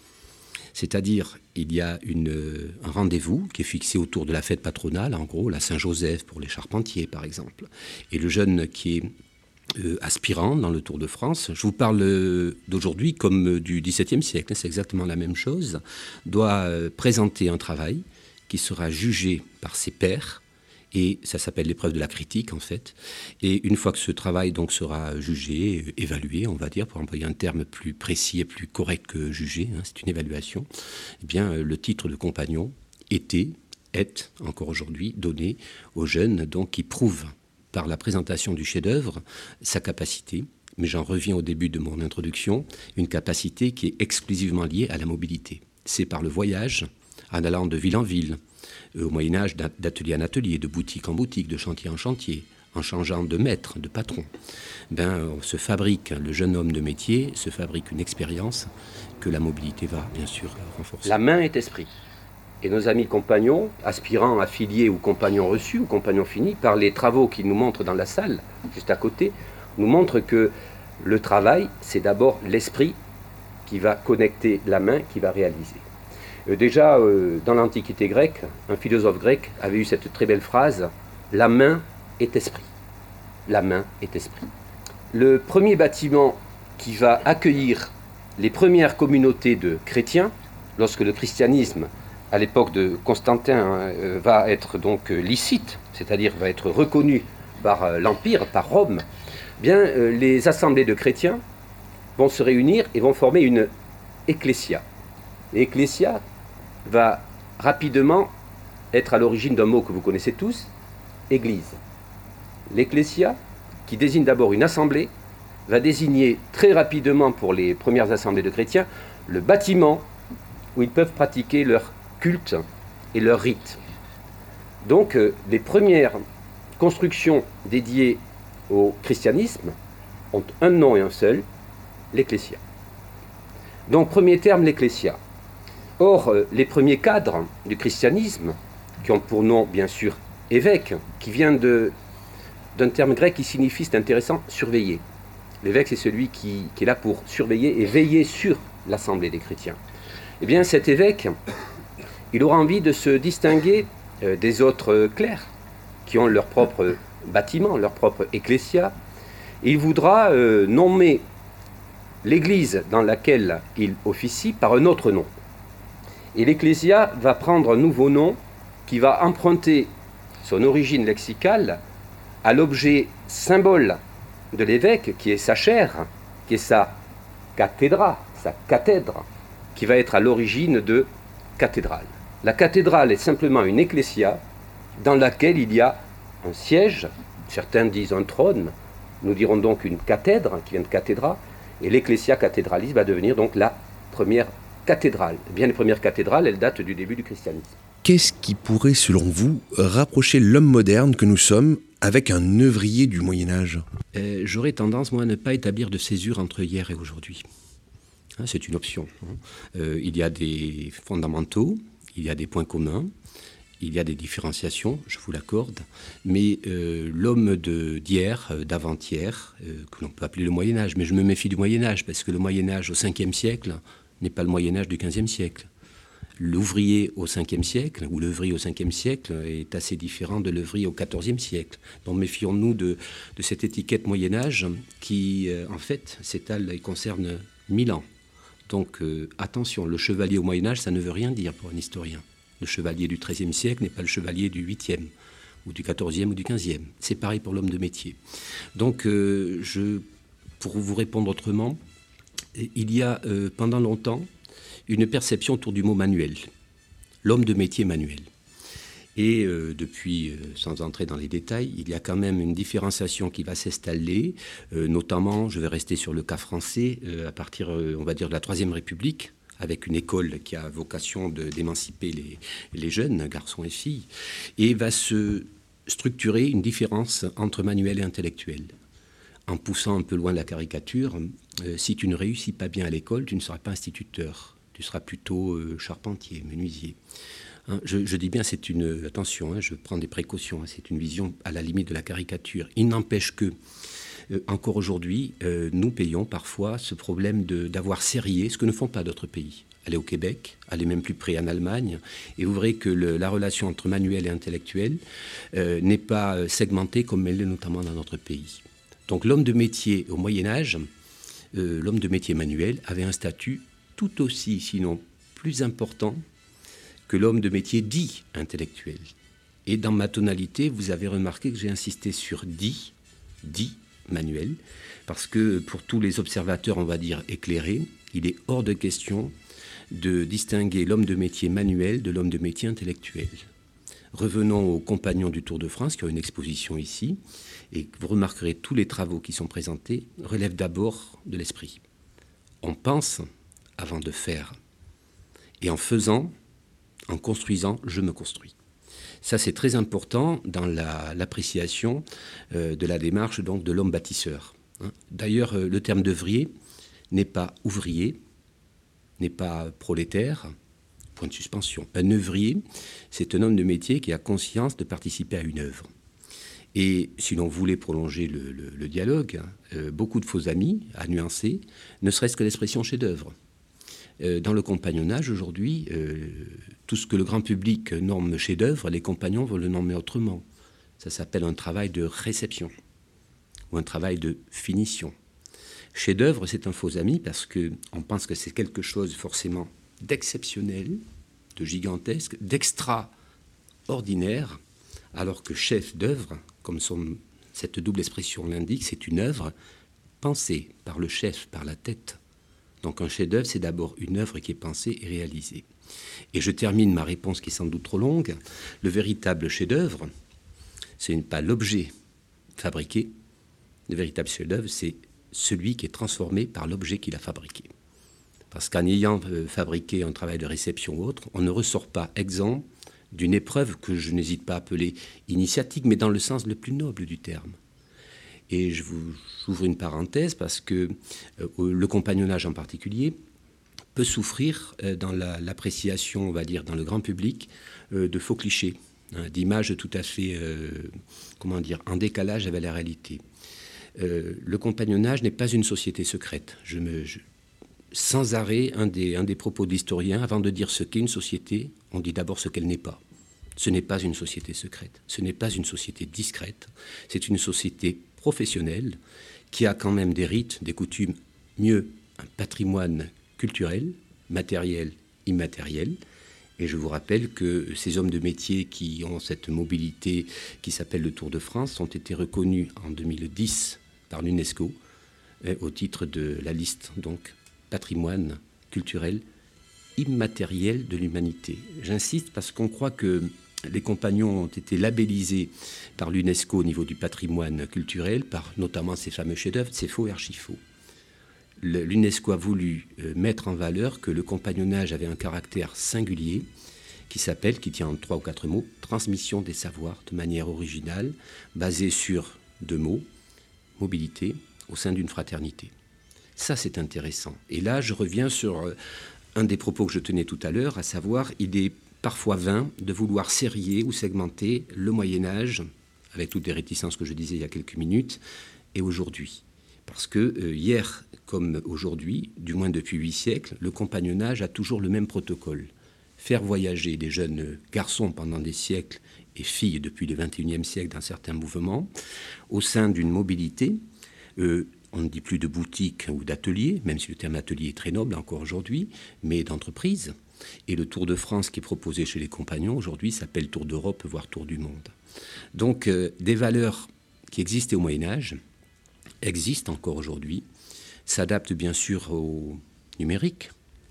C'est-à-dire, il y a une, un rendez-vous qui est fixé autour de la fête patronale, en gros, la Saint-Joseph pour les charpentiers, par exemple. Et le jeune qui est Euh, aspirant dans le Tour de France, je vous parle euh, d'aujourd'hui comme euh, du dix-septième siècle, c'est exactement la même chose, doit euh, présenter un travail qui sera jugé par ses pairs, et ça s'appelle l'épreuve de la critique en fait, et une fois que ce travail donc sera jugé, euh, évalué, on va dire, pour employer un terme plus précis et plus correct que jugé, hein, c'est une évaluation, eh bien euh, le titre de compagnon était, est encore aujourd'hui donné aux jeunes donc qui prouvent par la présentation du chef-d'œuvre, sa capacité, mais j'en reviens au début de mon introduction, une capacité qui est exclusivement liée à la mobilité. C'est par le voyage, en allant de ville en ville, au Moyen-Âge d'atelier en atelier, de boutique en boutique, de chantier en chantier, en changeant de maître, de patron, ben, on se fabrique, le jeune homme de métier se fabrique une expérience que la mobilité va bien sûr renforcer.
La main est esprit. Et nos amis compagnons, aspirants, affiliés ou compagnons reçus ou compagnons finis, par les travaux qu'ils nous montrent dans la salle, juste à côté, nous montrent que le travail, c'est d'abord l'esprit qui va connecter la main, qui va réaliser. Euh, déjà, euh, dans l'Antiquité grecque, un philosophe grec avait eu cette très belle phrase, « La main est esprit ». La main est esprit. Le premier bâtiment qui va accueillir les premières communautés de chrétiens, lorsque le christianisme à l'époque de Constantin, euh, va être donc euh, licite, c'est-à-dire va être reconnu par euh, l'Empire, par Rome, bien euh, les assemblées de chrétiens vont se réunir et vont former une ecclésia. Et ecclésia va rapidement être à l'origine d'un mot que vous connaissez tous, église. L'ecclésia, qui désigne d'abord une assemblée, va désigner très rapidement pour les premières assemblées de chrétiens le bâtiment où ils peuvent pratiquer leur culte et leur rite. Donc euh, les premières constructions dédiées au christianisme ont un nom et un seul, l'ecclésia. Donc premier terme, l'ecclésia. Or, euh, les premiers cadres du christianisme, qui ont pour nom bien sûr évêque, qui vient de, d'un terme grec qui signifie, c'est intéressant, surveiller. L'évêque, c'est celui qui, qui est là pour surveiller et veiller sur l'assemblée des chrétiens. Eh bien cet évêque, il aura envie de se distinguer euh, des autres euh, clercs qui ont leur propre bâtiment, leur propre ecclésia. Et il voudra euh, nommer l'église dans laquelle il officie par un autre nom. Et l'ecclésia va prendre un nouveau nom qui va emprunter son origine lexicale à l'objet symbole de l'évêque, qui est sa chaire, qui est sa cathédra, sa cathèdre, qui va être à l'origine de cathédrale. La cathédrale est simplement une ecclésia dans laquelle il y a un siège, certains disent un trône, nous dirons donc une cathèdre qui vient de cathédra, et l'ecclésia cathédralis va devenir donc la première cathédrale. Eh bien, les premières cathédrales, elles datent du début du christianisme.
Qu'est-ce qui pourrait, selon vous, rapprocher l'homme moderne que nous sommes avec un œuvrier du Moyen-Âge ?
euh, J'aurais tendance, moi, à ne pas établir de césure entre hier et aujourd'hui. Hein, c'est une option. Hein. Euh, il y a des fondamentaux, il y a des points communs, il y a des différenciations, je vous l'accorde, mais euh, l'homme de, d'hier, euh, d'avant-hier, euh, que l'on peut appeler le Moyen-Âge, mais je me méfie du Moyen-Âge, parce que le Moyen-Âge au cinquième siècle n'est pas le Moyen-Âge du quinzième siècle. L'ouvrier au cinquième siècle, ou l'œuvrier au cinquième siècle, est assez différent de l'œuvrier au quatorzième siècle. Donc méfions-nous de, de cette étiquette Moyen-Âge qui, euh, en fait, s'étale et concerne mille ans. Donc euh, attention, le chevalier au Moyen-Âge, ça ne veut rien dire pour un historien. Le chevalier du treizième siècle n'est pas le chevalier du huitième, ou du quatorzième ou du quinzième. C'est pareil pour l'homme de métier. Donc, euh, je, pour vous répondre autrement, il y a euh, pendant longtemps une perception autour du mot manuel, l'homme de métier manuel. Et euh, depuis, euh, sans entrer dans les détails, il y a quand même une différenciation qui va s'installer, euh, notamment, je vais rester sur le cas français, euh, à partir, euh, on va dire, de la Troisième République, avec une école qui a vocation de, d'émanciper les, les jeunes, garçons et filles, et va se structurer une différence entre manuel et intellectuel. En poussant un peu loin la caricature, euh, si tu ne réussis pas bien à l'école, tu ne seras pas instituteur, tu seras plutôt euh, charpentier, menuisier. Hein, je, je dis bien, c'est une... Attention, hein, je prends des précautions, hein, c'est une vision à la limite de la caricature. Il n'empêche que, euh, encore aujourd'hui, euh, nous payons parfois ce problème de, d'avoir serré, ce que ne font pas d'autres pays. Allez au Québec, allez même plus près en Allemagne, et vous verrez que le, la relation entre manuel et intellectuel euh, n'est pas segmentée comme elle l'est notamment dans notre pays. Donc l'homme de métier au Moyen-Âge, euh, l'homme de métier manuel, avait un statut tout aussi, sinon plus important, que l'homme de métier dit intellectuel. Et dans ma tonalité, vous avez remarqué que j'ai insisté sur dit, dit manuel, parce que pour tous les observateurs, on va dire éclairés, il est hors de question de distinguer l'homme de métier manuel de l'homme de métier intellectuel. Revenons aux compagnons du Tour de France, qui ont une exposition ici, et vous remarquerez tous les travaux qui sont présentés relèvent d'abord de l'esprit. On pense avant de faire, et en faisant, en construisant, je me construis. Ça, c'est très important dans la, l'appréciation euh, de la démarche donc, de l'homme bâtisseur. Hein. D'ailleurs, euh, le terme d'œuvrier n'est pas ouvrier, n'est pas prolétaire, point de suspension. Un œuvrier, c'est un homme de métier qui a conscience de participer à une œuvre. Et si l'on voulait prolonger le, le, le dialogue, euh, beaucoup de faux amis à nuancer, ne serait-ce que l'expression chef-d'œuvre. Dans le compagnonnage, aujourd'hui, euh, tout ce que le grand public norme chef-d'œuvre, les compagnons vont le nommer autrement. Ça s'appelle un travail de réception ou un travail de finition. Chef-d'œuvre, c'est un faux ami parce qu'on pense que c'est quelque chose forcément d'exceptionnel, de gigantesque, d'extraordinaire, alors que chef-d'œuvre, comme son, cette double expression l'indique, c'est une œuvre pensée par le chef, par la tête. Donc un chef-d'œuvre, c'est d'abord une œuvre qui est pensée et réalisée. Et je termine ma réponse qui est sans doute trop longue. Le véritable chef-d'œuvre, ce n'est pas l'objet fabriqué. Le véritable chef-d'œuvre, c'est celui qui est transformé par l'objet qu'il a fabriqué. Parce qu'en ayant fabriqué un travail de réception ou autre, on ne ressort pas exempt d'une épreuve que je n'hésite pas à appeler initiatique, mais dans le sens le plus noble du terme. Et je vous j'ouvre une parenthèse parce que euh, le compagnonnage en particulier peut souffrir euh, dans la, l'appréciation, on va dire, dans le grand public, euh, de faux clichés, hein, d'images tout à fait, euh, comment dire, en décalage avec la réalité. Euh, le compagnonnage n'est pas une société secrète. Je me, je, sans arrêt, un des, un des propos d'historien, avant de dire ce qu'est une société, on dit d'abord ce qu'elle n'est pas. Ce n'est pas une société secrète, ce n'est pas une société discrète, c'est une société professionnelle qui a quand même des rites, des coutumes, mieux un patrimoine culturel, matériel, immatériel. Et je vous rappelle que ces hommes de métier qui ont cette mobilité qui s'appelle le Tour de France ont été reconnus en deux mille dix par l'UNESCO au titre de la liste donc patrimoine culturel immatériel de l'humanité. J'insiste parce qu'on croit que les compagnons ont été labellisés par l'UNESCO au niveau du patrimoine culturel, par notamment ces fameux chefs-d'œuvre. C'est faux et archi-faux. L'UNESCO a voulu mettre en valeur que le compagnonnage avait un caractère singulier qui s'appelle, qui tient en trois ou quatre mots, transmission des savoirs de manière originale, basée sur deux mots, mobilité au sein d'une fraternité. Ça, c'est intéressant. Et là, je reviens sur un des propos que je tenais tout à l'heure, à savoir, il est parfois vain de vouloir serrer ou segmenter le Moyen-Âge, avec toutes les réticences que je disais il y a quelques minutes, et aujourd'hui. Parce que euh, hier, comme aujourd'hui, du moins depuis huit siècles, le compagnonnage a toujours le même protocole. Faire voyager des jeunes garçons pendant des siècles et filles depuis le vingt et unième siècle dans certains mouvements, au sein d'une mobilité, euh, on ne dit plus de boutique ou d'atelier, même si le terme atelier est très noble encore aujourd'hui, mais d'entreprise. Et le Tour de France qui est proposé chez les compagnons aujourd'hui s'appelle Tour d'Europe, voire Tour du monde. Donc euh, des valeurs qui existaient au Moyen-Âge existent encore aujourd'hui, s'adaptent bien sûr au numérique,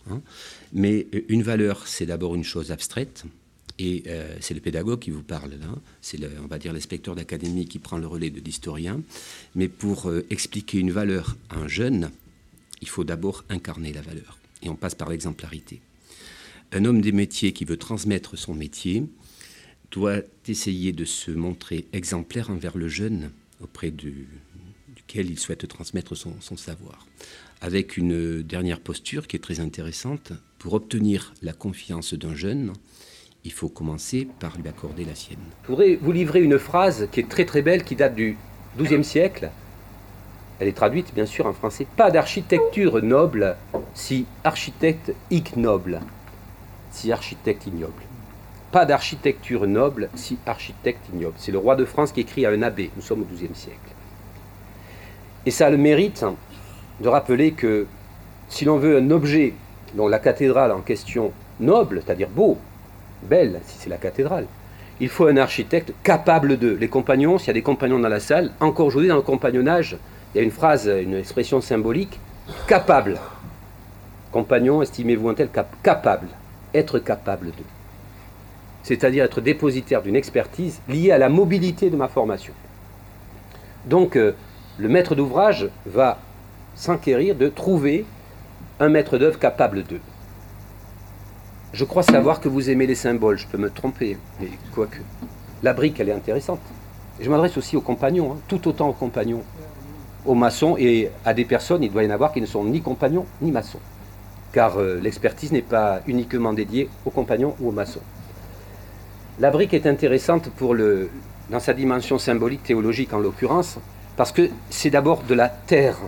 Hein. Mais une valeur, c'est d'abord une chose abstraite, et euh, c'est le pédagogue qui vous parle là, c'est, le, on va dire, l'inspecteur d'académie qui prend le relais de l'historien. Mais pour euh, expliquer une valeur à un jeune, il faut d'abord incarner la valeur, et on passe par l'exemplarité. Un homme des métiers qui veut transmettre son métier doit essayer de se montrer exemplaire envers le jeune auprès du, duquel il souhaite transmettre son, son savoir. Avec une dernière posture qui est très intéressante, pour obtenir la confiance d'un jeune, il faut commencer par lui accorder la sienne.
Je voudrais vous livrer une phrase qui est très très belle, qui date du douzième siècle. Elle est traduite bien sûr en français. Pas d'architecture noble si architecte ignoble. Si architecte ignoble. Pas d'architecture noble si architecte ignoble. C'est le roi de France qui écrit à un abbé. Nous sommes au douzième siècle. Et ça a le mérite de rappeler que si l'on veut un objet dont la cathédrale en question noble, c'est-à-dire beau, belle, si c'est la cathédrale, il faut un architecte capable de. Les compagnons, s'il y a des compagnons dans la salle, encore aujourd'hui dans le compagnonnage, il y a une phrase, une expression symbolique, capable. Compagnon, estimez-vous un tel cap- capable. Être capable de. C'est-à-dire être dépositaire d'une expertise liée à la mobilité de ma formation. Donc, euh, le maître d'ouvrage va s'enquérir de trouver un maître d'œuvre capable de. Je crois savoir que vous aimez les symboles, je peux me tromper, mais quoique. La brique, elle est intéressante. Et je m'adresse aussi aux compagnons, hein, tout autant aux compagnons, aux maçons et à des personnes, il doit y en avoir qui ne sont ni compagnons ni maçons. Car euh, l'expertise n'est pas uniquement dédiée aux compagnons ou aux maçons. La brique est intéressante pour le, dans sa dimension symbolique, théologique en l'occurrence, parce que c'est d'abord de la terre,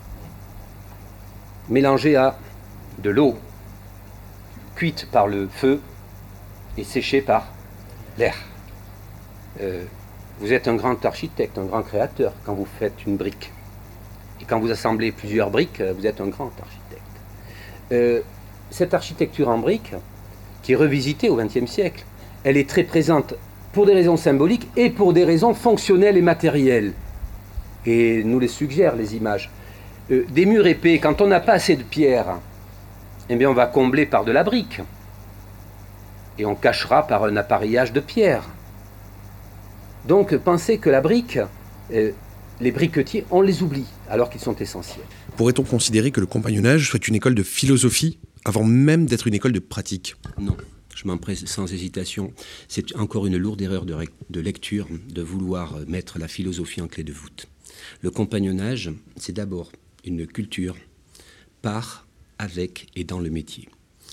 mélangée à de l'eau, cuite par le feu et séchée par l'air. Euh, vous êtes un grand architecte, un grand créateur quand vous faites une brique. Et quand vous assemblez plusieurs briques, vous êtes un grand architecte. Euh, cette architecture en briques, qui est revisitée au vingtième siècle, elle est très présente pour des raisons symboliques et pour des raisons fonctionnelles et matérielles. Et nous les suggèrent les images. Euh, des murs épais, quand on n'a pas assez de pierre, eh bien on va combler par de la brique. Et on cachera par un appareillage de pierre. Donc pensez que la brique, euh, les briquetiers, on les oublie, alors qu'ils sont essentiels.
Pourrait-on considérer que le compagnonnage soit une école de philosophie avant même d'être une école de pratique ?
Non, je m'empresse sans hésitation. C'est encore une lourde erreur de, de lecture de vouloir mettre la philosophie en clé de voûte. Le compagnonnage, c'est d'abord une culture par, avec et dans le métier.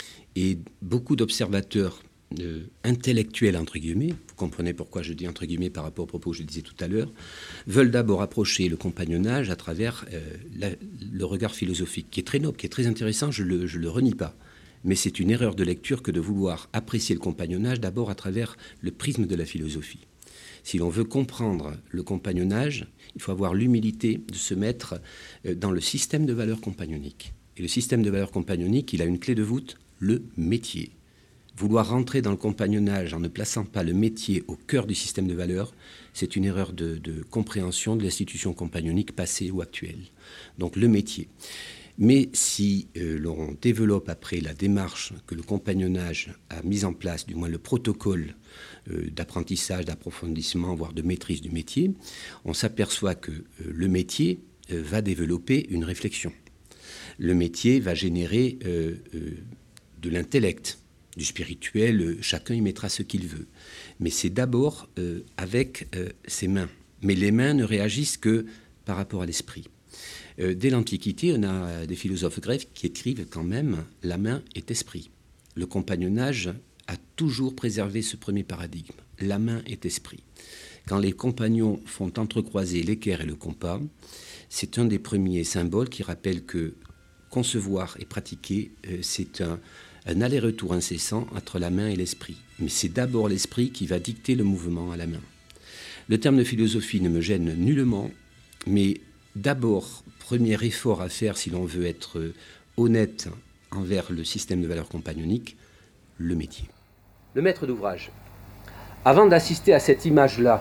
Et beaucoup d'observateurs euh, intellectuels, entre guillemets, vous comprenez pourquoi je dis entre guillemets par rapport au propos que je disais tout à l'heure, veulent d'abord approcher le compagnonnage à travers euh, la, le regard philosophique, qui est très noble, qui est très intéressant, je ne le, je le renie pas. Mais c'est une erreur de lecture que de vouloir apprécier le compagnonnage d'abord à travers le prisme de la philosophie. Si l'on veut comprendre le compagnonnage, il faut avoir l'humilité de se mettre dans le système de valeurs compagnonniques. Et le système de valeurs compagnonniques, il a une clé de voûte, le métier. Vouloir rentrer dans le compagnonnage en ne plaçant pas le métier au cœur du système de valeurs, c'est une erreur de, de compréhension de l'institution compagnonnique passée ou actuelle. Donc le métier. Mais si euh, l'on développe après la démarche que le compagnonnage a mise en place, du moins le protocole euh, d'apprentissage, d'approfondissement, voire de maîtrise du métier, on s'aperçoit que euh, le métier euh, va développer une réflexion. Le métier va générer euh, euh, de l'intellect, du spirituel, euh, chacun y mettra ce qu'il veut. Mais c'est d'abord euh, avec euh, ses mains. Mais les mains ne réagissent que par rapport à l'esprit. Euh, dès l'Antiquité, on a des philosophes grecs qui écrivent quand même « la main est esprit ». Le compagnonnage a toujours préservé ce premier paradigme. La main est esprit. Quand les compagnons font entrecroiser l'équerre et le compas, c'est un des premiers symboles qui rappelle que concevoir et pratiquer, euh, c'est un, un aller-retour incessant entre la main et l'esprit. Mais c'est d'abord l'esprit qui va dicter le mouvement à la main. Le terme de philosophie ne me gêne nullement, mais d'abord, premier effort à faire si l'on veut être honnête envers le système de valeurs compagnonniques, le métier.
Le maître d'ouvrage. Avant d'assister à cette image-là,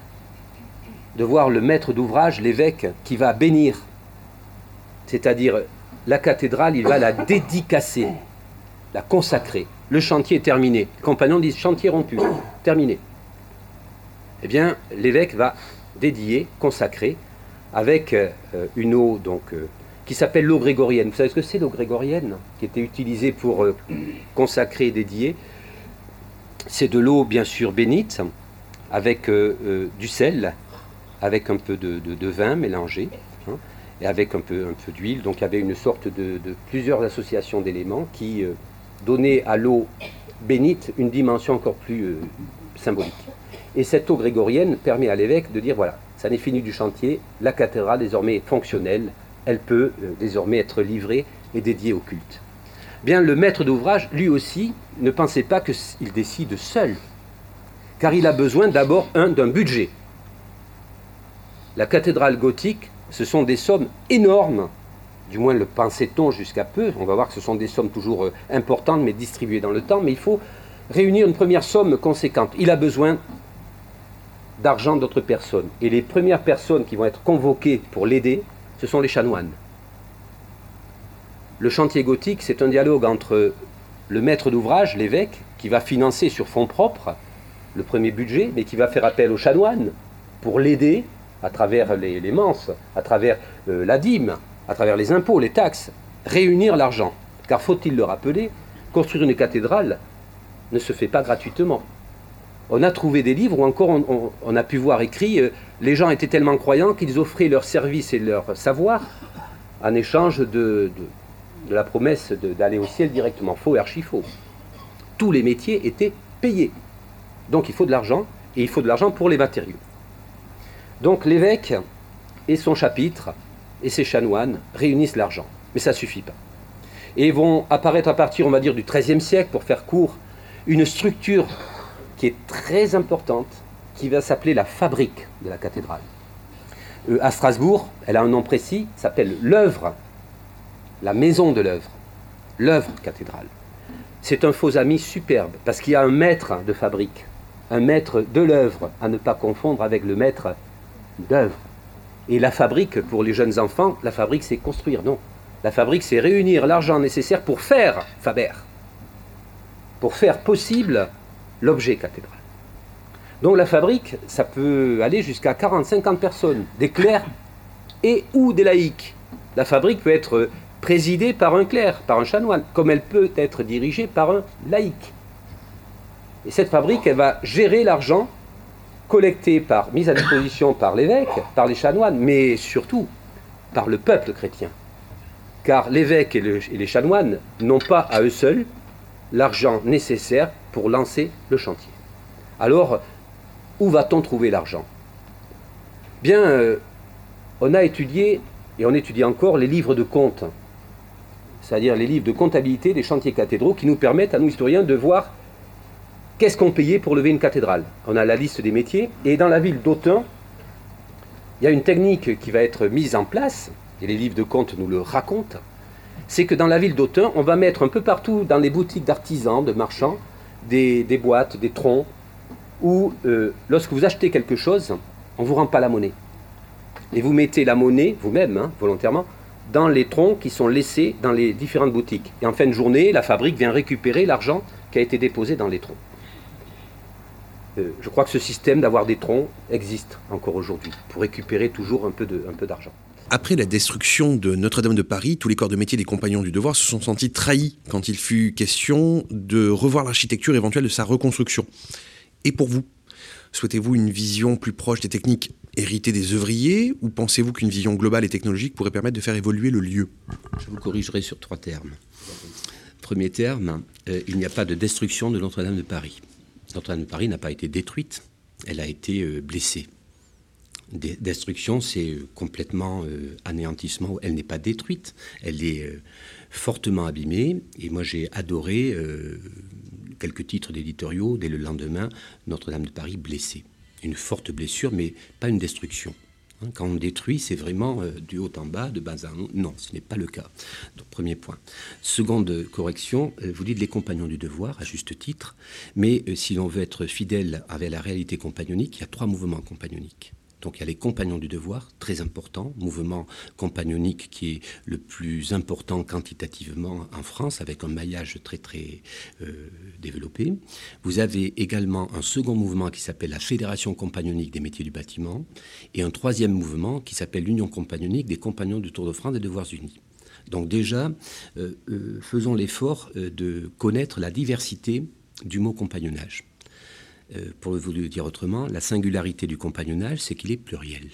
de voir le maître d'ouvrage, l'évêque, qui va bénir, c'est-à-dire la cathédrale, il va la dédicacer. la consacrer. Le chantier est terminé. Les compagnons disent chantier rompu, terminé. Eh bien, l'évêque va dédier, consacrer, avec euh, une eau donc, euh, qui s'appelle l'eau grégorienne. Vous savez ce que c'est l'eau grégorienne, qui était utilisée pour euh, consacrer et dédier? C'est de l'eau bien sûr bénite, avec euh, euh, du sel, avec un peu de, de, de vin mélangé, hein, et avec un peu, un peu d'huile. Donc il y avait une sorte de, de plusieurs associations d'éléments qui euh, donnaient à l'eau bénite une dimension encore plus euh, symbolique. Et cette eau grégorienne permet à l'évêque de dire, voilà, ça n'est fini du chantier, la cathédrale désormais est fonctionnelle, elle peut euh, désormais être livrée et dédiée au culte. Bien, le maître d'ouvrage, lui aussi, ne pensait pas qu'il décide seul, car il a besoin d'abord, un, d'un budget. La cathédrale gothique, ce sont des sommes énormes, du moins le pensait-on jusqu'à peu, on va voir que ce sont des sommes toujours euh, importantes, mais distribuées dans le temps, mais il faut réunir une première somme conséquente. Il a besoin d'argent d'autres personnes. Et les premières personnes qui vont être convoquées pour l'aider, ce sont les chanoines. Le chantier gothique, c'est un dialogue entre le maître d'ouvrage, l'évêque, qui va financer sur fonds propres le premier budget, mais qui va faire appel aux chanoines pour l'aider à travers les, les manses, à travers euh, la dîme, à travers les impôts, les taxes, réunir l'argent. Car faut-il le rappeler, construire une cathédrale ne se fait pas gratuitement. On a trouvé des livres où encore on, on, on a pu voir écrit euh, les gens étaient tellement croyants qu'ils offraient leur service et leur savoir en échange de, de, de la promesse de, d'aller au ciel directement. Faux et archi-faux. Tous les métiers étaient payés. Donc il faut de l'argent, et il faut de l'argent pour les matériaux. Donc l'évêque et son chapitre et ses chanoines réunissent l'argent. Mais ça ne suffit pas. Et vont apparaître à partir, on va dire, du treizième siècle, pour faire court, une structure qui est très importante, qui va s'appeler la fabrique de la cathédrale. Euh, à Strasbourg, elle a un nom précis, s'appelle l'œuvre, la maison de l'œuvre, l'œuvre cathédrale. C'est un faux ami superbe, parce qu'il y a un maître de fabrique, un maître de l'œuvre, à ne pas confondre avec le maître d'œuvre. Et la fabrique, pour les jeunes enfants, la fabrique c'est construire, non. La fabrique c'est réunir l'argent nécessaire pour faire Faber, pour faire possible l'objet cathédrale. Donc la fabrique, ça peut aller jusqu'à quarante à cinquante personnes, des clercs et ou des laïcs. La fabrique peut être présidée par un clerc, par un chanoine, comme elle peut être dirigée par un laïc. Et cette fabrique, elle va gérer l'argent collecté par, mis à disposition par l'évêque, par les chanoines, mais surtout par le peuple chrétien. Car l'évêque et, le, et les chanoines n'ont pas à eux seuls l'argent nécessaire pour lancer le chantier. Alors, où va-t-on trouver l'argent? Bien, euh, on a étudié, et on étudie encore, les livres de comptes, c'est-à-dire les livres de comptabilité des chantiers cathédraux qui nous permettent, à nous historiens, de voir qu'est-ce qu'on payait pour lever une cathédrale. On a la liste des métiers, et dans la ville d'Autun, il y a une technique qui va être mise en place, et les livres de comptes nous le racontent, c'est que dans la ville d'Autun, on va mettre un peu partout dans les boutiques d'artisans, de marchands, des, des boîtes, des troncs, où euh, lorsque vous achetez quelque chose, on ne vous rend pas la monnaie. Et vous mettez la monnaie, vous-même, hein, volontairement, dans les troncs qui sont laissés dans les différentes boutiques. Et en fin de journée, la fabrique vient récupérer l'argent qui a été déposé dans les troncs. Euh, je crois que ce système d'avoir des troncs existe encore aujourd'hui, pour récupérer toujours un peu de, un peu d'argent.
Après la destruction de Notre-Dame de Paris, tous les corps de métier des compagnons du devoir se sont sentis trahis quand il fut question de revoir l'architecture éventuelle de sa reconstruction. Et pour vous, souhaitez-vous une vision plus proche des techniques héritées des œuvriers, ou pensez-vous qu'une vision globale et technologique pourrait permettre de faire évoluer le lieu?
Je vous corrigerai sur trois termes. Premier terme, euh, il n'y a pas de destruction de Notre-Dame de Paris. Notre-Dame de Paris n'a pas été détruite, elle a été euh, blessée. Destruction, c'est complètement euh, anéantissement. Elle n'est pas détruite, elle est euh, fortement abîmée. Et moi, j'ai adoré euh, quelques titres d'éditoriaux dès le lendemain, Notre-Dame de Paris blessée. Une forte blessure, mais pas une destruction. Hein, quand on détruit, c'est vraiment euh, du haut en bas, de bas en haut. Non, ce n'est pas le cas. Donc, premier point. Seconde correction, euh, vous dites les compagnons du devoir, à juste titre. Mais euh, si l'on veut être fidèle avec la réalité compagnonique, il y a trois mouvements compagnoniques. Donc il y a les compagnons du devoir, très important, mouvement compagnonique qui est le plus important quantitativement en France, avec un maillage très très euh, développé. Vous avez également un second mouvement qui s'appelle la Fédération compagnonique des métiers du bâtiment, et un troisième mouvement qui s'appelle l'Union compagnonique des compagnons du Tour de France des Devoirs Unis. Donc déjà, euh, euh, faisons l'effort euh, de connaître la diversité du mot compagnonnage. Euh, pour vous le dire autrement, la singularité du compagnonnage, c'est qu'il est pluriel.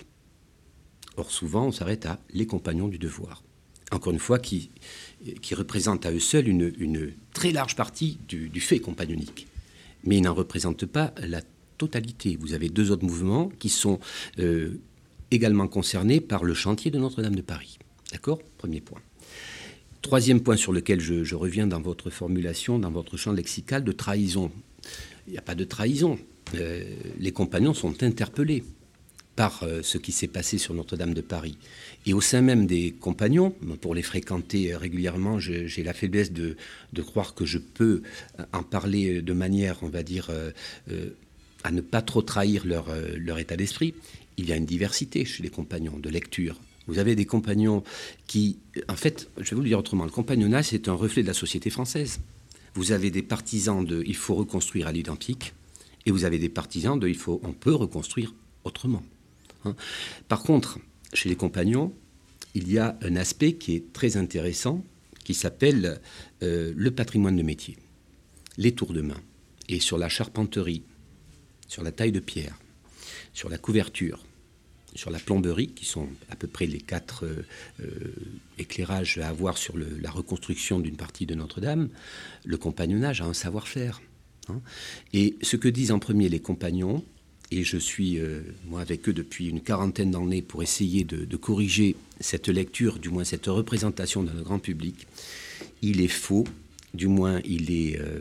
Or, souvent, on s'arrête à les compagnons du devoir. Encore une fois, qui, qui représentent à eux seuls une, une très large partie du, du fait compagnonique. Mais ils n'en représentent pas la totalité. Vous avez deux autres mouvements qui sont euh, également concernés par le chantier de Notre-Dame de Paris. D'accord ? Premier point. Troisième point sur lequel je, je reviens dans votre formulation, dans votre champ lexical, de trahison. Il n'y a pas de trahison. Euh, les compagnons sont interpellés par euh, ce qui s'est passé sur Notre-Dame de Paris. Et au sein même des compagnons, pour les fréquenter régulièrement, je, j'ai la faiblesse de, de croire que je peux en parler de manière, on va dire, euh, euh, à ne pas trop trahir leur, euh, leur état d'esprit. Il y a une diversité chez les compagnons de lecture. Vous avez des compagnons qui... En fait, je vais vous le dire autrement, le compagnonnage, c'est un reflet de la société française. Vous avez des partisans de « il faut reconstruire à l'identique » et vous avez des partisans de « il faut, on peut reconstruire autrement hein ». Par contre, chez les compagnons, il y a un aspect qui est très intéressant qui s'appelle euh, le patrimoine de métier, les tours de main. Et sur la charpenterie, sur la taille de pierre, sur la couverture, sur la plomberie, qui sont à peu près les quatre euh, euh, éclairages à avoir sur le, la reconstruction d'une partie de Notre-Dame, le compagnonnage a un savoir-faire. Hein. Et ce que disent en premier les compagnons, et je suis, euh, moi, avec eux depuis une quarantaine d'années pour essayer de, de corriger cette lecture, du moins cette représentation dans le grand public, il est faux, du moins il est euh,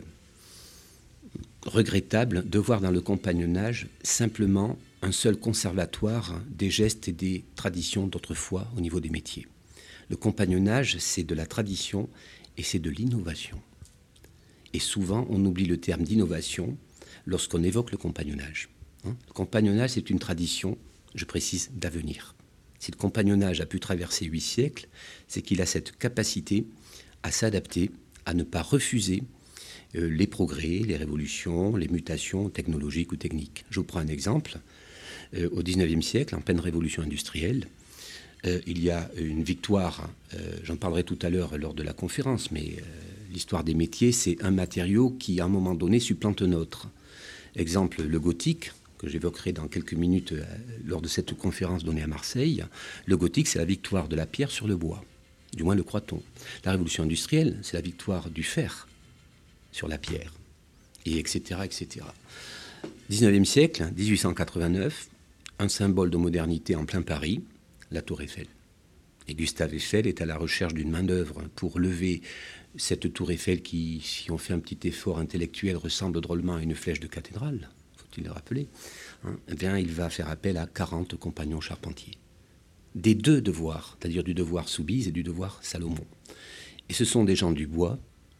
regrettable de voir dans le compagnonnage simplement un seul conservatoire des gestes et des traditions d'autrefois au niveau des métiers. Le compagnonnage, c'est de la tradition et c'est de l'innovation. Et souvent, on oublie le terme d'innovation lorsqu'on évoque le compagnonnage. Hein ? Le compagnonnage, c'est une tradition, je précise, d'avenir. Si le compagnonnage a pu traverser huit siècles, c'est qu'il a cette capacité à s'adapter, à ne pas refuser euh, les progrès, les révolutions, les mutations technologiques ou techniques. Je vous prends un exemple. Euh, au dix-neuvième siècle, en pleine révolution industrielle, euh, il y a une victoire, euh, j'en parlerai tout à l'heure lors de la conférence, mais euh, l'histoire des métiers, c'est un matériau qui, à un moment donné, supplante un autre. Exemple, le gothique, que j'évoquerai dans quelques minutes euh, lors de cette conférence donnée à Marseille. Le gothique, c'est la victoire de la pierre sur le bois, du moins le croit-on. La révolution industrielle, c'est la victoire du fer sur la pierre, et et cetera, et cetera. dix-neuvième siècle, dix-huit cent quatre-vingt-neuf, un symbole de modernité en plein Paris, la Tour Eiffel. Et Gustave Eiffel est à la recherche d'une main-d'œuvre pour lever cette Tour Eiffel qui, si on fait un petit effort intellectuel, ressemble drôlement à une flèche de cathédrale, faut-il le rappeler, hein, eh bien, il va faire appel à quarante compagnons charpentiers. Des deux devoirs, c'est-à-dire du devoir Soubise et du devoir Salomon. Et ce sont des gens du bois,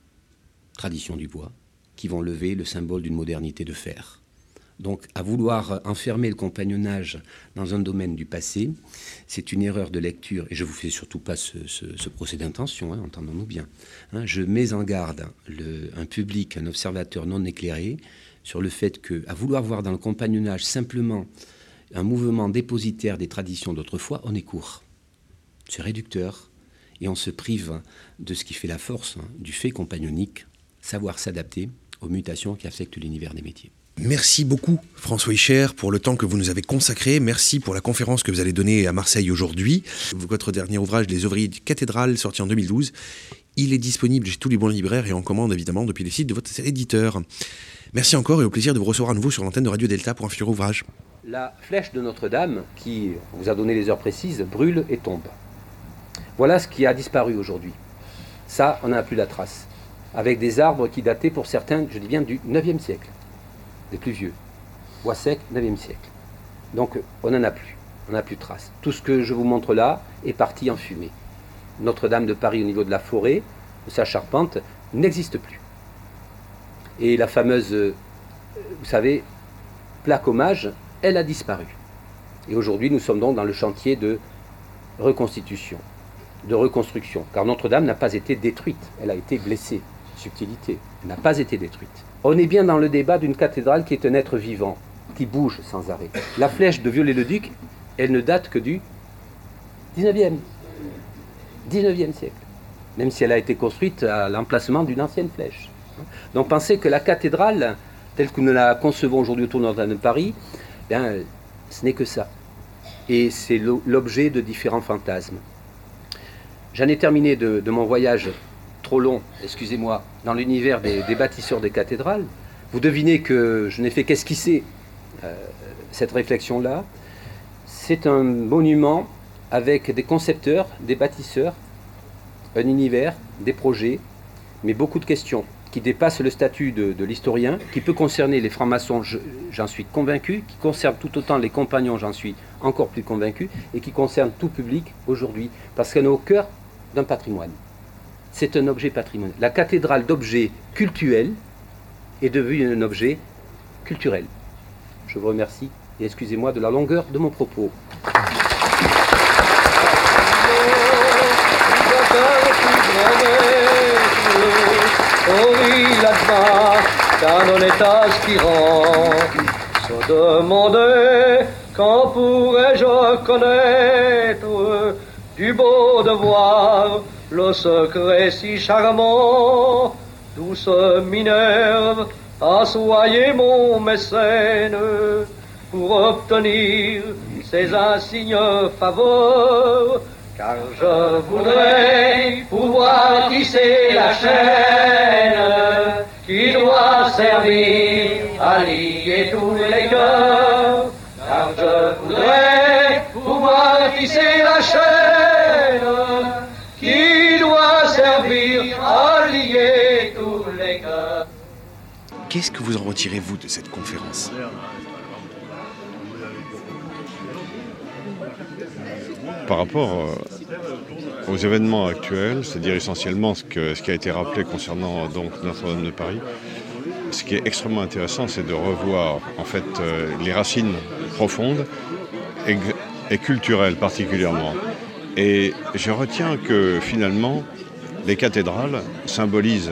tradition du bois, qui vont lever le symbole d'une modernité de fer. Donc, à vouloir enfermer le compagnonnage dans un domaine du passé, c'est une erreur de lecture. Et je ne vous fais surtout pas ce, ce, ce procès d'intention, hein, entendons-nous bien. Hein, je mets en garde le, un public, un observateur non éclairé, sur le fait qu'à vouloir voir dans le compagnonnage simplement un mouvement dépositaire des traditions d'autrefois, on est court. C'est réducteur. Et on se prive de ce qui fait la force hein, du fait compagnonique, savoir s'adapter aux mutations qui affectent l'univers des métiers.
Merci beaucoup François Hicher pour le temps que vous nous avez consacré. Merci pour la conférence que vous allez donner à Marseille aujourd'hui. Votre dernier ouvrage, Les ouvriers de cathédrale, sorti en deux mille douze, il est disponible chez tous les bons libraires et en commande évidemment depuis les sites de votre éditeur. Merci encore et au plaisir de vous recevoir à nouveau sur l'antenne de Radio Delta pour un futur ouvrage.
La flèche de Notre-Dame, qui vous a donné les heures précises, brûle et tombe. Voilà ce qui a disparu aujourd'hui. Ça, on n'a plus la trace. Avec des arbres qui dataient pour certains, je dis bien, du neuvième siècle. Les plus vieux. Bois sec, neuvième siècle. Donc, on n'en a plus. On n'a plus de traces. Tout ce que je vous montre là est parti en fumée. Notre-Dame de Paris, au niveau de la forêt, de sa charpente, n'existe plus. Et la fameuse, vous savez, plaque hommage, elle a disparu. Et aujourd'hui, nous sommes donc dans le chantier de reconstitution, de reconstruction. Car Notre-Dame n'a pas été détruite, elle a été blessée. Subtilité, elle n'a pas été détruite. On est bien dans le débat d'une cathédrale qui est un être vivant, qui bouge sans arrêt. La flèche de Viollet-le-Duc, elle ne date que du dix-neuvième siècle, même si elle a été construite à l'emplacement d'une ancienne flèche. Donc pensez que la cathédrale, telle que nous la concevons aujourd'hui autour de Notre-Dame de Paris, bien, ce n'est que ça. Et c'est l'objet de différents fantasmes. J'en ai terminé de, de mon voyage trop long, excusez-moi, dans l'univers des, des bâtisseurs des cathédrales. Vous devinez que je n'ai fait qu'esquisser euh, cette réflexion-là. C'est un monument avec des concepteurs, des bâtisseurs, un univers, des projets, mais beaucoup de questions qui dépassent le statut de, de l'historien, qui peut concerner les francs-maçons, j'en suis convaincu, qui concerne tout autant les compagnons, j'en suis encore plus convaincu, et qui concerne tout public aujourd'hui, parce qu'elle est au cœur d'un patrimoine. C'est un objet patrimonial. La cathédrale d'objets cultuels est devenue un objet culturel. Je vous remercie et excusez-moi de la longueur de mon propos.
Qu'un honnête aspirant se demandait quand pourrais-je connaître du beau devoir le secret si charmant. Douce Minerve, assoyez mon mécène pour obtenir ces insignes faveurs, car je voudrais pouvoir tisser la chaîne qui doit servir à lier tous les cœurs, car je voudrais pouvoir tisser la chaîne qui doit servir à lier tous les cœurs.
Qu'est-ce que vous en retirez, vous, de cette conférence ?
Par rapport euh, aux événements actuels, c'est-à-dire essentiellement ce, que, ce qui a été rappelé concernant donc Notre-Dame de Paris, ce qui est extrêmement intéressant, c'est de revoir en fait euh, les racines profondes et, et culturelles particulièrement. Et je retiens que finalement, les cathédrales symbolisent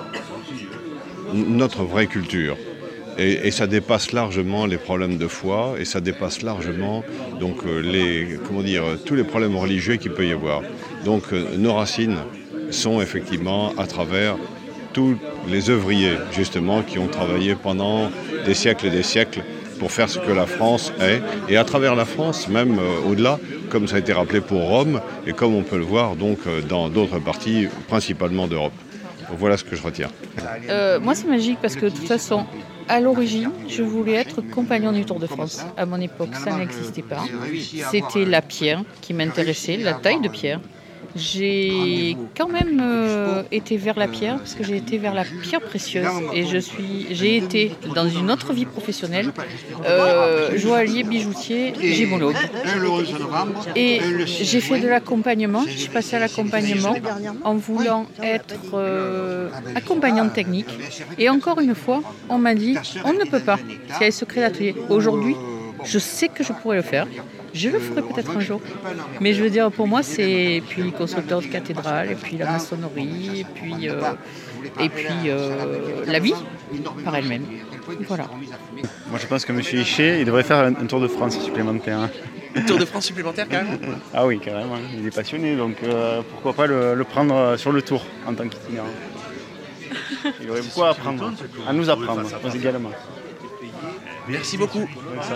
notre vraie culture. Et, et ça dépasse largement les problèmes de foi, et ça dépasse largement donc les, comment dire, tous les problèmes religieux qu'il peut y avoir. Donc nos racines sont effectivement à travers tous les œuvriers justement qui ont travaillé pendant des siècles et des siècles pour faire ce que la France est, et à travers la France, même euh, au-delà, comme ça a été rappelé pour Rome, et comme on peut le voir donc euh, dans d'autres parties, principalement d'Europe. Donc voilà ce que je retiens.
Euh, moi c'est magique parce que de toute façon, à l'origine, je voulais être compagnon du Tour de France. À mon époque, ça n'existait pas. C'était la pierre qui m'intéressait, la taille de pierre. J'ai quand même euh, été vers la pierre, parce que j'ai été vers la pierre précieuse. Et je suis, j'ai été, dans une autre vie professionnelle, euh, joaillier, bijoutier, gémologue. Et j'ai fait de l'accompagnement, je suis passée à l'accompagnement en voulant être euh, accompagnante technique. Et encore une fois, on m'a dit, on ne peut pas, c'est les secrets d'atelier. Aujourd'hui, je sais que je pourrais le faire. Je le ferai peut-être un jour. Mais je veux dire, pour moi, c'est puis constructeur de cathédrale, et puis la maçonnerie, et puis, euh, et puis euh, la vie par elle-même. Voilà.
Moi, je pense que M. Hichet, il devrait faire un, un tour de France supplémentaire.
Un tour de France supplémentaire, carrément ?
Ah oui, carrément. Il est passionné, donc euh, pourquoi pas le, le prendre sur le tour en tant qu'itinérant. Il aurait beaucoup à apprendre, à nous apprendre également.
Merci beaucoup.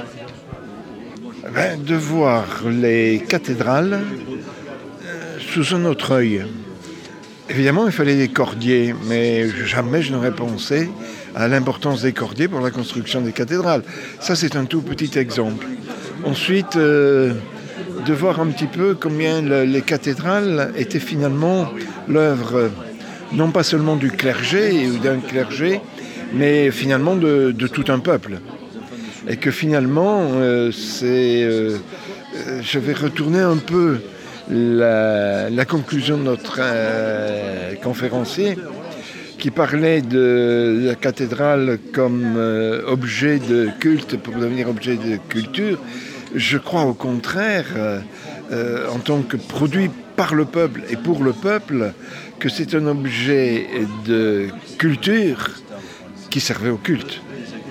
Ben, de voir les cathédrales euh, sous un autre œil. Évidemment, il fallait des cordiers, mais jamais je n'aurais pensé à l'importance des cordiers pour la construction des cathédrales. Ça, c'est un tout petit exemple. Ensuite, euh, de voir un petit peu combien le, les cathédrales étaient finalement l'œuvre, non pas seulement du clergé ou d'un clergé, mais finalement de, de tout un peuple. Et que finalement, euh, c'est, euh, je vais retourner un peu la, la conclusion de notre euh, conférencier, qui parlait de la cathédrale comme euh, objet de culte pour devenir objet de culture. Je crois au contraire, euh, euh, en tant que produit par le peuple et pour le peuple, que c'est un objet de culture qui servait au culte.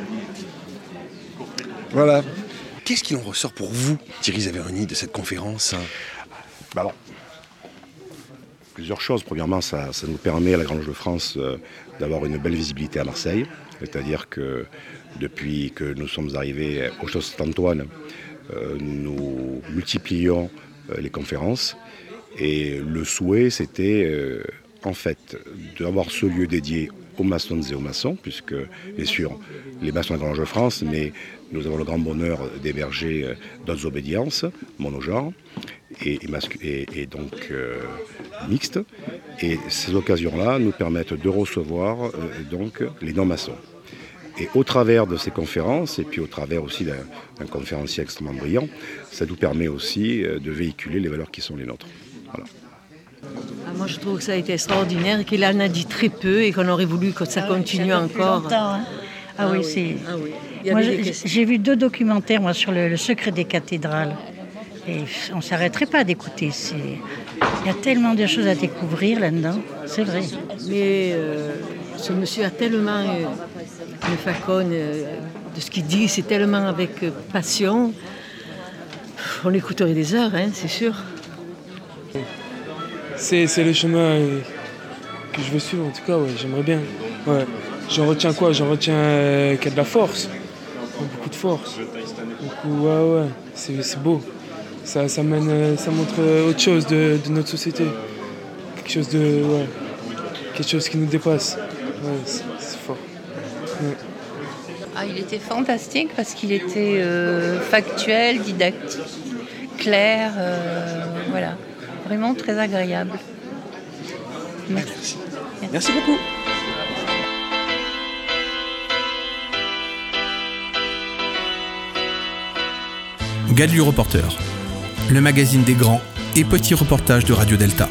Voilà.
Qu'est-ce qu'il en ressort pour vous, Thierry Zaveroni, de cette conférence ?
Bah alors, plusieurs choses. Premièrement, ça, ça nous permet à la Grande Loge de France euh, d'avoir une belle visibilité à Marseille. C'est-à-dire que depuis que nous sommes arrivés au Château Saint-Antoine, euh, nous multiplions euh, les conférences. Et le souhait, c'était euh, en fait d'avoir ce lieu dédié aux maçons et aux maçons, puisque bien sûr, les maçons de la Grande Loge de France, mais nous avons le grand bonheur d'héberger euh, d'autres obédiences, monogenres, et, et, mascu- et, et donc euh, mixtes. Et ces occasions-là nous permettent de recevoir euh, donc les non-maçons. Et au travers de ces conférences, et puis au travers aussi d'un, d'un conférencier extrêmement brillant, ça nous permet aussi euh, de véhiculer les valeurs qui sont les nôtres. Voilà.
Ah, moi, je trouve que ça a été extraordinaire, qu'il en a dit très peu et qu'on aurait voulu que ça ah continue oui, encore.
Hein. Ah, ah oui, c'est.
Ah oui.
Moi, j'ai, j'ai vu deux documentaires moi, sur le, le secret des cathédrales. Et on ne s'arrêterait pas d'écouter. C'est... Il y a tellement de choses à découvrir là-dedans, c'est vrai.
Mais euh, ce monsieur a tellement euh, une faconne euh, de ce qu'il dit, c'est tellement avec euh, passion. On l'écouterait des heures, hein, c'est sûr.
C'est, c'est le chemin euh, que je veux suivre, en tout cas, ouais, j'aimerais bien. Ouais. J'en retiens quoi ? J'en retiens euh, qu'il y a de la force, beaucoup de force. Beaucoup, ouais, ouais, c'est, c'est beau. Ça, ça, mène, ça montre autre chose de, de notre société. Quelque chose, de, ouais, quelque chose qui nous dépasse. Ouais, c'est, c'est fort. Ouais.
Ah, il était fantastique parce qu'il était euh, factuel, didactique, clair, euh, voilà. Vraiment très agréable.
Merci. Merci, Merci beaucoup.
Gadu Reporter, le magazine des grands et petits reportages de Radio Delta.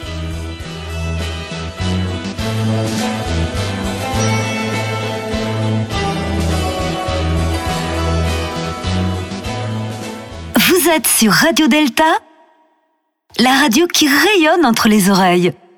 Vous êtes sur Radio Delta, la radio qui rayonne entre les oreilles.